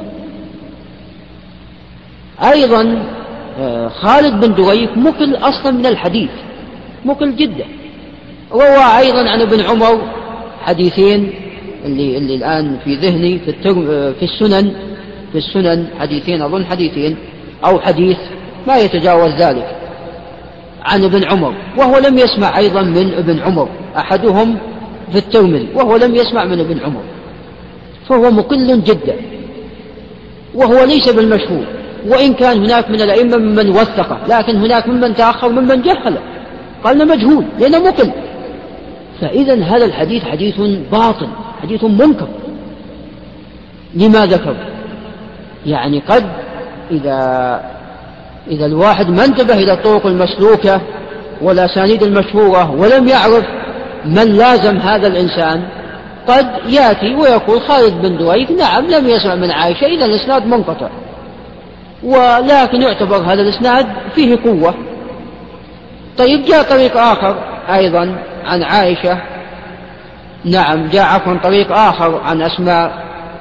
أيضا خالد بن دريك مقل أصلا من الحديث مقل جدا. روى أيضا عن ابن عمر حديثين اللي, اللي الآن في ذهني في, في السنن في السنن حديثين أظن حديثين أو حديث ما يتجاوز ذلك عن ابن عمر وهو لم يسمع أيضا من ابن عمر. أحدهم في الترمذي وهو لم يسمع من ابن عمر فهو مقل جدا وهو ليس بالمشهور وإن كان هناك من الأئمة ممن وثقه لكن هناك ممن تأخر ممن جهله قالنا مجهول لأنه مقل. فإذا هذا الحديث حديث باطل حديث منكر. لما ذكر؟ يعني قد إذا إذا الواحد ما انتبه إلى الطرق المسلوكة والأسانيد المشهورة ولم يعرف من لازم هذا الإنسان قد يأتي ويقول خالد بن دريك نعم لم يسمع من عائشة إذا الإسناد منقطع. ولكن يعتبر هذا الإسناد فيه قوة. طيب جاء طريق آخر أيضا عن عائشة. نعم جاء عفوا طريق آخر عن أسماء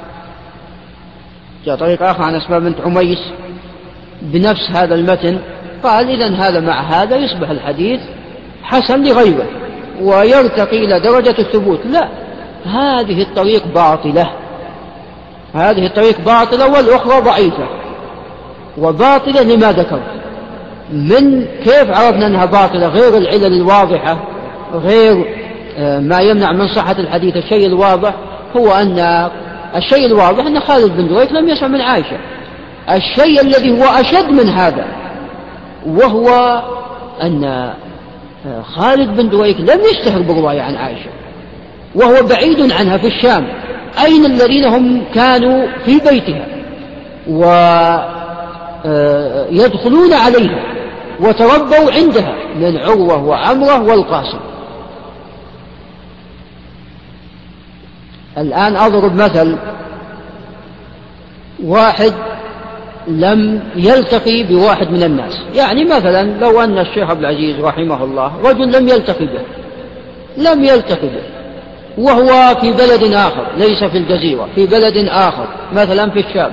جاء طريق آخر عن أسماء بنت عميس بنفس هذا المتن. قال إذن هذا مع هذا يصبح الحديث حسن لغيره ويرتقي إلى درجة الثبوت. لا هذه الطريق باطلة هذه الطريق باطلة والأخرى ضعيفة. وباطلة لما ذكرت. من كيف عرفنا أنها باطلة غير العلل الواضحة غير ما يمنع من صحة الحديث الشيء الواضح هو أن الشيء الواضح أن خالد بن دويك لم يسمع من عائشة. الشيء الذي هو أشد من هذا وهو أن خالد بن دويك لم يشتهر بالرواية عن عائشة، وهو بعيد عنها في الشام. أين الذين هم كانوا في بيتها ويدخلون عليها وتربوا عندها من عروة وعمرة والقاسم. الآن أضرب مثل، واحد لم يلتقي بواحد من الناس، يعني مثلا لو أن الشيخ عبد العزيز رحمه الله رجل لم يلتقي به لم يلتقي به وهو في بلد آخر ليس في الجزيرة، في بلد آخر مثلا في الشام،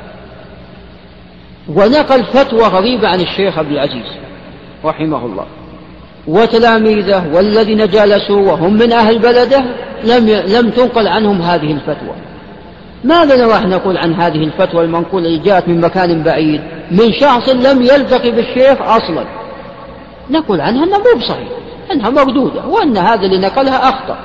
ونقل فتوى غريبة عن الشيخ عبد العزيز رحمه الله، وتلاميذه والذين جالسوا وهم من أهل بلده لم لم تنقل عنهم هذه الفتوى. ماذا راح نقول عن هذه الفتوى المنقولة اللي جاءت من مكان بعيد من شخص لم يلتقي بالشيخ أصلا؟ نقول عنها أنها مو بصحيح، أنها مردودة، وأن هذا اللي نقلها أخطأ.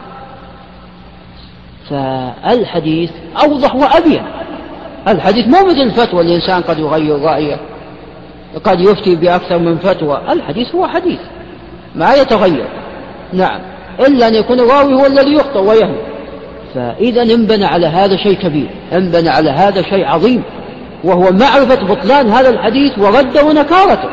فالحديث أوضح وأبين. الحديث مو مثل الفتوى، الإنسان قد يغير رأيه، قد يفتي بأكثر من فتوى. الحديث هو حديث ما يتغير، نعم، إلا أن يكون الراوي هو الذي يخطئ ويهم. فإذا انبنى على هذا شيء كبير، انبنى على هذا شيء عظيم، وهو معرفة بطلان هذا الحديث ورده ونكارته.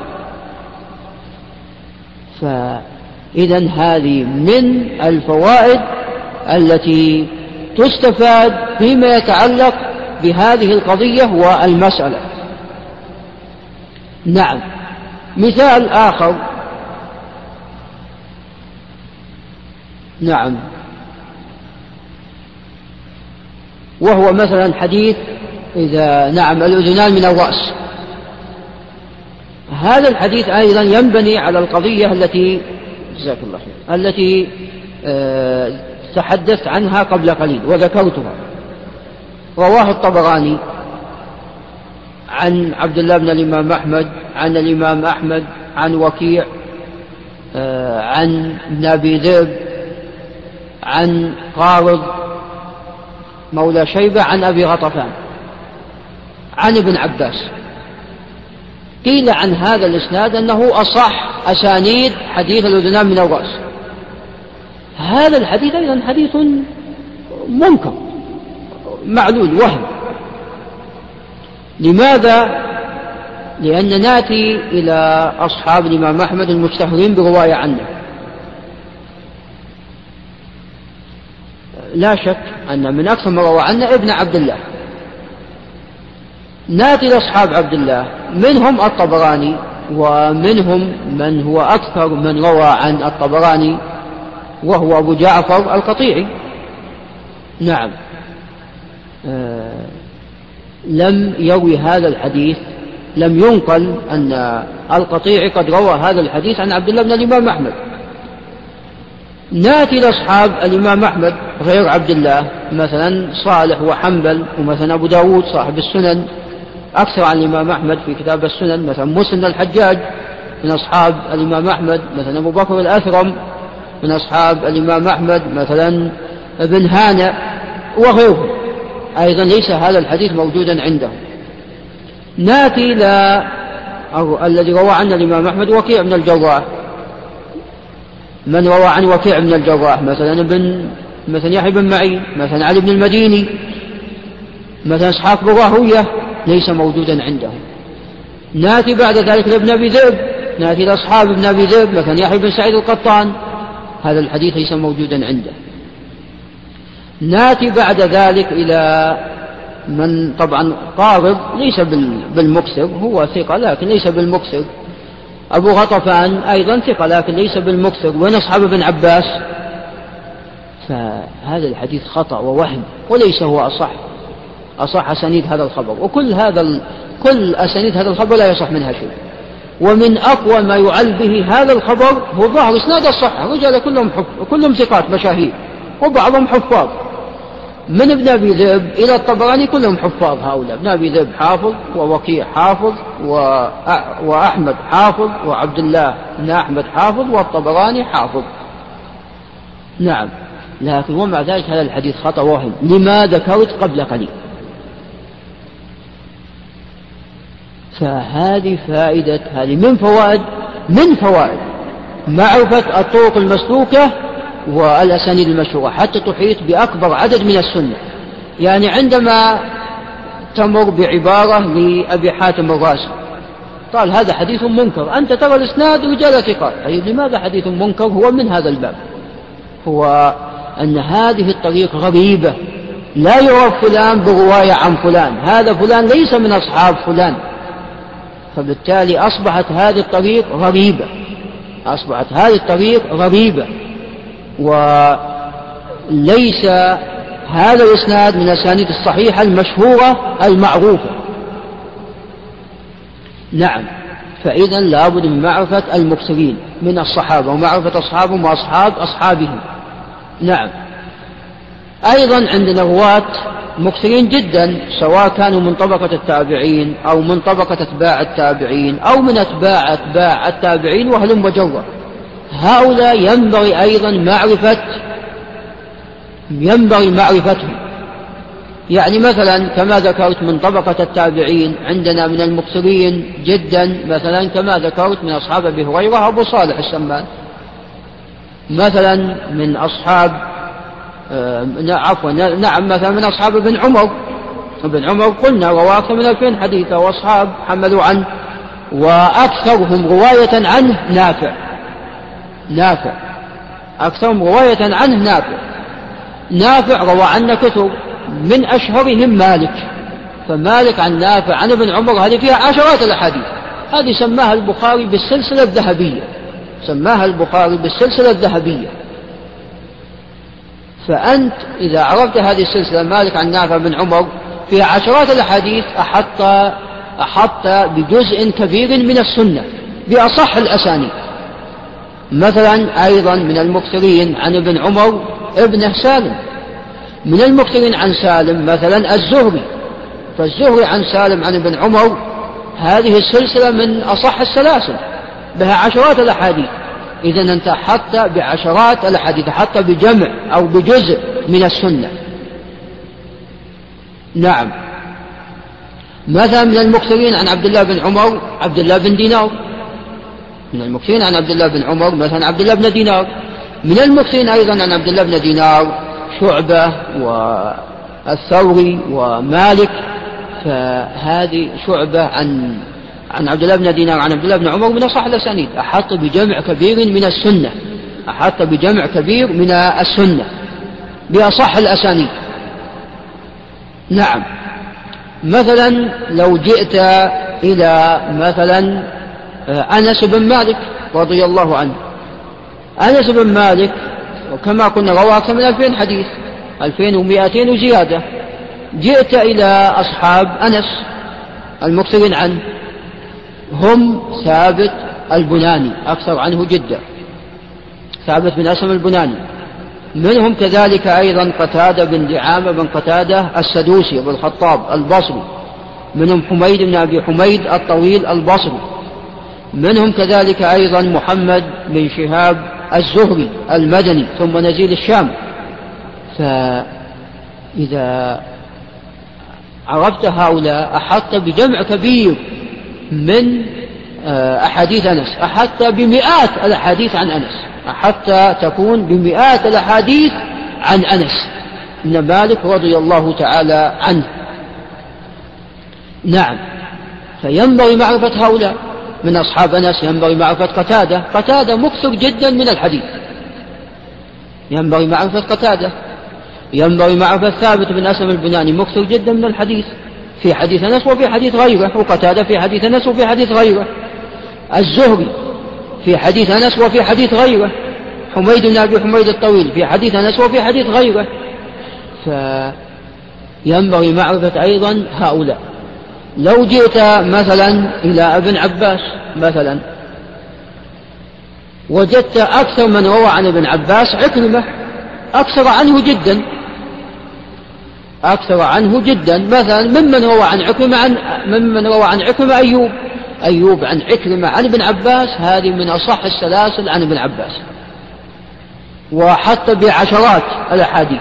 فإذا هذه من الفوائد التي تستفاد فيما يتعلق بهذه القضية والمسألة. نعم، مثال آخر، نعم، وهو مثلا حديث إذا نعم الأذنان من الرأس. هذا الحديث أيضا ينبني على القضية التي جزاك الله خير التي أه تحدثت عنها قبل قليل وذكرتها. رواه الطبراني عن عبد الله بن الإمام أحمد عن الإمام أحمد عن وكيع أه عن ابن أبي ذئب عن قارض مولى شيبة عن أبي غطفان عن ابن عباس. قيل عن هذا الإسناد أنه أصح أسانيد حديث الأذنان من الرأس. هذا الحديث أيضا حديث منكر معلول وهم. لماذا؟ لأن ناتي إلى أصحاب الإمام أحمد المشتهرين برواية عنه. لا شك أن من أكثر ما روى عنه ابن عبد الله. ناتي لأصحاب عبد الله، منهم الطبراني، ومنهم من هو أكثر من روى عن الطبراني وهو أبو جعفر القطيعي. نعم، آه لم يروي هذا الحديث، لم ينقل أن القطيعي قد روى هذا الحديث عن عبد الله بن الإمام أحمد. ناتي لأصحاب الإمام أحمد غير عبد الله، مثلا صالح وحنبل، ومثلا أبو داود صاحب السنن أكثر عن الإمام أحمد في كتاب السنن، مثلا مسلم الحجاج من أصحاب الإمام أحمد، مثلا أبو بكر الأثرم من أصحاب الإمام أحمد، مثلا ابن هانئ وغيره، أيضا ليس هذا الحديث موجودا عنده. ناتي ل الذي روى عن الإمام أحمد وكيع بن الجراح، من روى عن وكيع بن الجراح مثلا ابن مثلا يحيى بن معين، مثلا علي بن المديني، مثلا إسحاق بن راهويه، ليس موجودا عنده. ناتي بعد ذلك لابن أبي ذئب، ناتي لأصحاب ابن أبي ذئب، مثلا يحيى بن سعيد القطان، هذا الحديث ليس موجودا عنده. ناتي بعد ذلك إلى من طبعا قارض ليس بالمكسر، هو ثقة لكن ليس بالمكسر، أبو غطفان أيضا ثقة لكن ليس بالمكسر، وين أصحاب ابن عباس. فهذا الحديث خطأ ووهم، وليس هو أصح أصح أسانيد هذا الخبر، وكل هذا ال... كل أسانيد هذا الخبر لا يصح منها شيء. ومن أقوى ما يعل به هذا الخبر هو ظاهر إسناد الصحة، رجال كلهم حف... كلهم ثقات مشاهير، وبعضهم حفاظ، من ابن أبي ذئب إلى الطبراني كلهم حفاظ. هؤلاء ابن أبي ذئب حافظ، ووكيع حافظ، وأحمد حافظ، وعبد الله بن أحمد حافظ، والطبراني حافظ، نعم، لكن ومع ذلك هذا الحديث خطأ وهم لما ذكرت قبل قليل. فهذه فائدة، هذه من فوائد من فوائد معرفة الطرق المسلوكة والأسانيد المشهورة حتى تحيط بأكبر عدد من السنة. يعني عندما تمر بعبارة لأبي حاتم الرازي قال هذا حديث منكر، أنت ترى الإسناد رجال ثقات، أي لماذا حديث منكر؟ هو من هذا الباب، هو أن هذه الطريق غريبة، لا يعرف فلان برواية عن فلان، هذا فلان ليس من أصحاب فلان، فبالتالي أصبحت هذه الطريق غريبة، أصبحت هذه الطريق غريبة، وليس هذا الإسناد من الأسانيد الصحيحة المشهورة المعروفة. نعم، فإذا لابد من معرفة المكثرين من الصحابة ومعرفة أصحابهم وأصحاب أصحابهم. نعم، أيضا عندنا رواة مكثرين جدا، سواء كانوا من طبقة التابعين أو من طبقة أتباع التابعين أو من أتباع أتباع التابعين وهلم وجرة. هؤلاء ينبغي أيضا معرفة ينبغي معرفتهم. يعني مثلا كما ذكرت من طبقة التابعين عندنا من المكثرين جدا، مثلا كما ذكرت من أصحاب أبي هريرة أبو صالح السمان، مثلا من أصحاب آه عفوا نعم مثلا من أصحاب ابن عمر ابن عمر قلنا رواه أكثر من ألفين حديثا، وأصحاب حملوا عنه، وأكثرهم رواية عنه نافع نافع أكثرهم رواية عنه نافع نافع روى عنا كثر، من أشهرهم مالك، فمالك عن نافع عن ابن عمر هذه فيها عشرات الأحاديث، هذه سماها البخاري بالسلسلة الذهبية سماها البخاري بالسلسلة الذهبية. فأنت إذا عرفت هذه السلسلة مالك عن نافع بن عمر فيها عشرات الأحاديث، أحط أحط بجزء كبير من السنة بأصح الأسانيد. مثلا أيضا من المكثرين عن ابن عمر ابنه سالم، من المكثرين عن سالم مثلا الزهري، فالزهري عن سالم عن ابن عمر هذه السلسلة من أصح السلاسل بها عشرات الأحاديث. إذن أنت حتى بعشرات الأحاديث، حتى بجمع أو بجزء من السنة. نعم، مثلا من المكثرين عن عبد الله بن عمر عبد الله بن دينار، من المكثرين عن عبد الله بن عمر مثلا عبد الله بن دينار. من المكثرين أيضا عن عبد الله بن دينار شعبة والثوري ومالك، فهذه شعبة عن عن عبد الله بن دينار عن عبد الله بن عمر من أصح الأسانيد، أحط بجمع كبير من السنة أحط بجمع كبير من السنة بأصح الأسانيد. نعم، مثلا لو جئت إلى مثلا أنس بن مالك رضي الله عنه، أنس بن مالك وكما قلنا رواه أكثر من ألفين حديث، ألفين ومائتين وزيادة. جئت إلى أصحاب أنس المكثرين عنه، هم ثابت البناني أكثر عنه جدا، ثابت بن أسلم البناني. منهم كذلك أيضا قتادة بن دعامة بن قتادة السدوسي أبو الخطاب البصري. منهم حميد بن أبي حميد الطويل البصري. منهم كذلك أيضا محمد بن شهاب الزهري المدني ثم نزيل الشام. فإذا عرفت هؤلاء أحط بجمع كبير من أحاديث أنس، أحط بمئات الأحاديث عن أنس، حتى تكون بمئات الأحاديث عن أنس بن مالك رضي الله تعالى عنه. نعم، فينبغي معرفة هؤلاء. من أصحاب أنس ينبغي معرفة قتادة، قتادة مكثر جدا من الحديث، ينبغي معرفة قتادة. ينبغي معرفة ثابت بن أسلم البناني، مكثر جدا من الحديث، في حديث أنس وفي حديث غيره، وقتادة في حديث أنس وفي حديث غيره. الزهري في حديث أنس وفي حديث غيره. حميد بن أبي حميد الطويل في حديث أنس وفي حديث غيره. فينبغي معرفة أيضا هؤلاء. لو جئت مثلا إلى ابن عباس مثلا، وجدت أكثر من روى عن ابن عباس عكرمة، أكثر عنه جدا أكثر عنه جدا مثلا ممن روى عن عكرمة عن ممن روى عن عكرمة أيوب أيوب عن عكرمة عن ابن عباس، هذه من أصح السلاسل عن ابن عباس. وحتى بعشرات الأحاديث.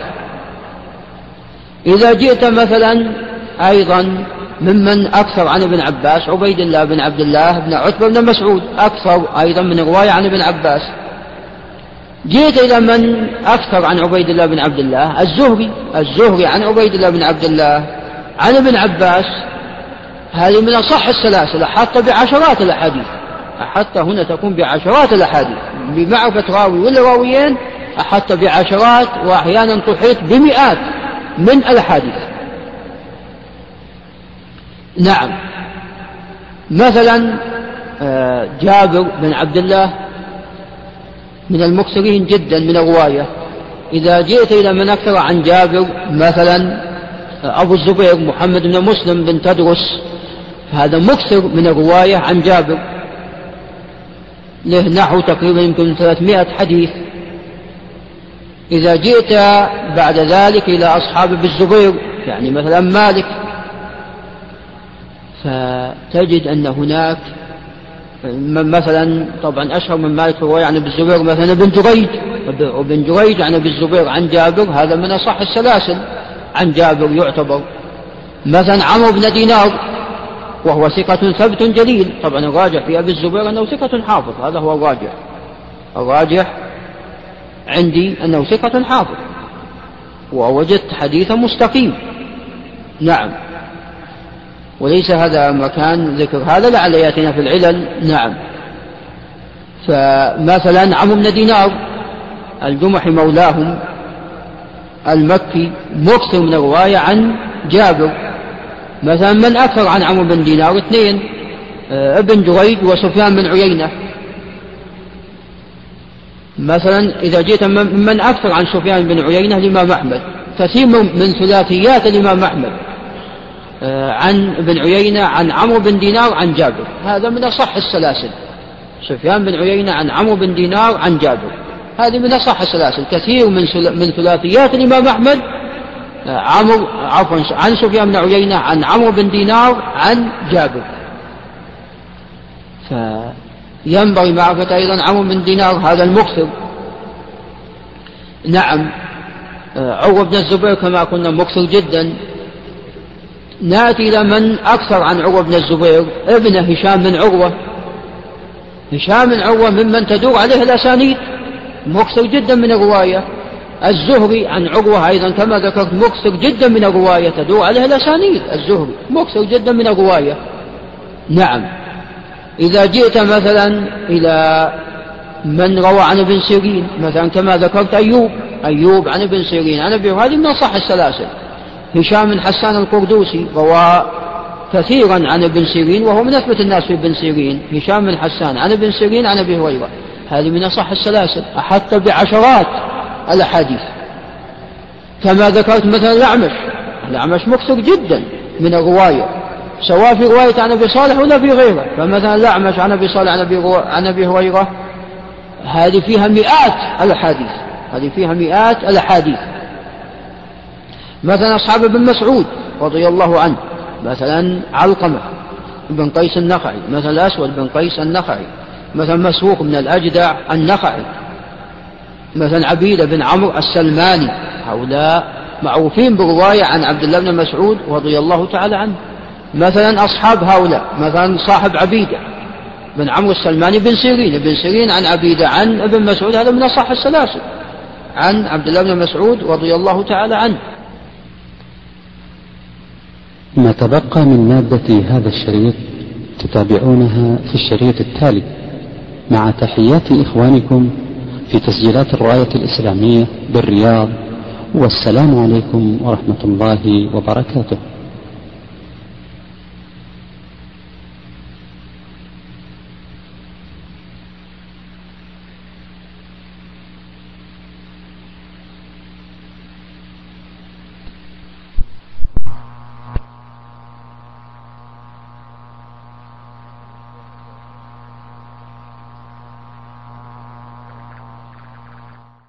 إذا جئت مثلا أيضا ممن أكثر عن ابن عباس عبيد الله بن عبد الله بن عتبة بن مسعود، أكثر أيضا من رواية عن ابن عباس. جئت إلى من أكثر عن عبيد الله بن عبد الله الزهري، الزهري عن عبيد الله بن عبد الله عن ابن عباس، هذه من أصح السلاسل حتى بعشرات الأحاديث، حتى هنا تكون بعشرات الأحاديث بمعرفة راوي ولا راويين، حتى بعشرات وأحيانا تحيط بمئات من الأحاديث. نعم. مثلا جابر بن عبد الله من المكثرين جدا من الرواية. إذا جئت إلى من أكثر عن جابر مثلا أبو الزبير محمد بن مسلم بن تدرس، هذا مكثر من الرواية عن جابر، له نحو تقريبا يمكن ثلاثمائة حديث. إذا جئت بعد ذلك إلى أصحاب ابن الزبير يعني مثلا مالك، فتجد أن هناك مثلا طبعا أشهر من مالك في الرواية عن ابن الزبير مثلا ابن جريج، وابن جريج عن ابن الزبير عن جابر، هذا من أصح السلاسل عن جابر يعتبر. مثلا عمرو بن دينار وهو ثقة ثبت جليل، طبعا الراجح في ابن الزبير أنه ثقة حافظ، هذا هو الراجح، الراجح عندي أنه ثقة حافظ، ووجدت حديثا مستقيم. نعم. وليس هذا مكان ذكر هذا، لعل يأتينا في العلل. نعم. فمثلا عمرو بن دينار الجمحي مولاهم المكي مكثر من الرواية عن جابر. مثلا من أكثر عن عمرو بن دينار اثنين، ابن جريج وسفيان بن عيينة. مثلا إذا جئت من أكثر عن سفيان بن عيينة الإمام أحمد، كثير من ثلاثيات الإمام أحمد عن ابن عيينة عن عمرو بن دينار عن جابر، هذا من أصح السلاسل. سفيان بن عيينة عن عمرو بن دينار عن جابر، هذه من أصح السلاسل. كثير من من ثلاثيات الإمام أحمد عمرو عفوا عن سفيان بن عيينة عن عمرو بن دينار عن جابر. فينبغي معرفة أيضا عمرو بن دينار هذا المكثر. نعم. عروة بن الزبير كما قلنا مكثر جدا. نأتي إلى من أكثر عن عروة بن الزبير ابن هشام بن عروة. هشام بن عروة ممن تدور عليه الأسانيد، مكثر جدا من الرواية. الزهري عن عروة أيضا كما ذكرت مكثر جدا من الرواية، تدور عليه الأسانيد. الزهري مكثر جدا من الرواية. نعم. إذا جئت مثلا إلى من روى عن ابن سيرين مثلا كما ذكرت أيوب، أيوب عن ابن سيرين عن أبي، هذه من أصح السلاسل. هشام بن حسان القردوسي روى كثيرا عن ابن سيرين وهو من أثبت الناس في ابن سيرين. هشام بن حسان عن ابن سيرين عن أبي هريرة، هذه من أصح السلاسل حتى بعشرات الأحاديث. كما ذكرت مثلا الأعمش، الأعمش مكثر جدا من الرواية سواء في رواية عن أبي صالح ولا في غيره. فمثلا الأعمش عن أبي صالح عن أبي, عن أبي هريرة، هذه فيها مئات الأحاديث، هذه فيها مئات الأحاديث. مثلا أصحاب ابن مسعود رضي الله عنه، مثلا علقمة بن قيس النخعي، مثلا الأسود بن قيس النخعي، مثلا مسروق بن الأجدع النخعي، مثلا عبيدة بن عمرو السلماني، هؤلاء معروفين بالرواية عن عبد الله بن مسعود رضي الله تعالى عنه. مثلا أصحاب هؤلاء مثلا صاحب عبيدة بن عمرو السلماني بن سيرين، بن سيرين عن عبيدة عن ابن مسعود، هذا من أصح السلاسل عن عبد الله بن مسعود رضي الله تعالى عنه. ما تبقى من مادة هذا الشريط تتابعونها في الشريط التالي، مع تحيات إخوانكم في تسجيلات الراية الإسلامية بالرياض، والسلام عليكم ورحمة الله وبركاته.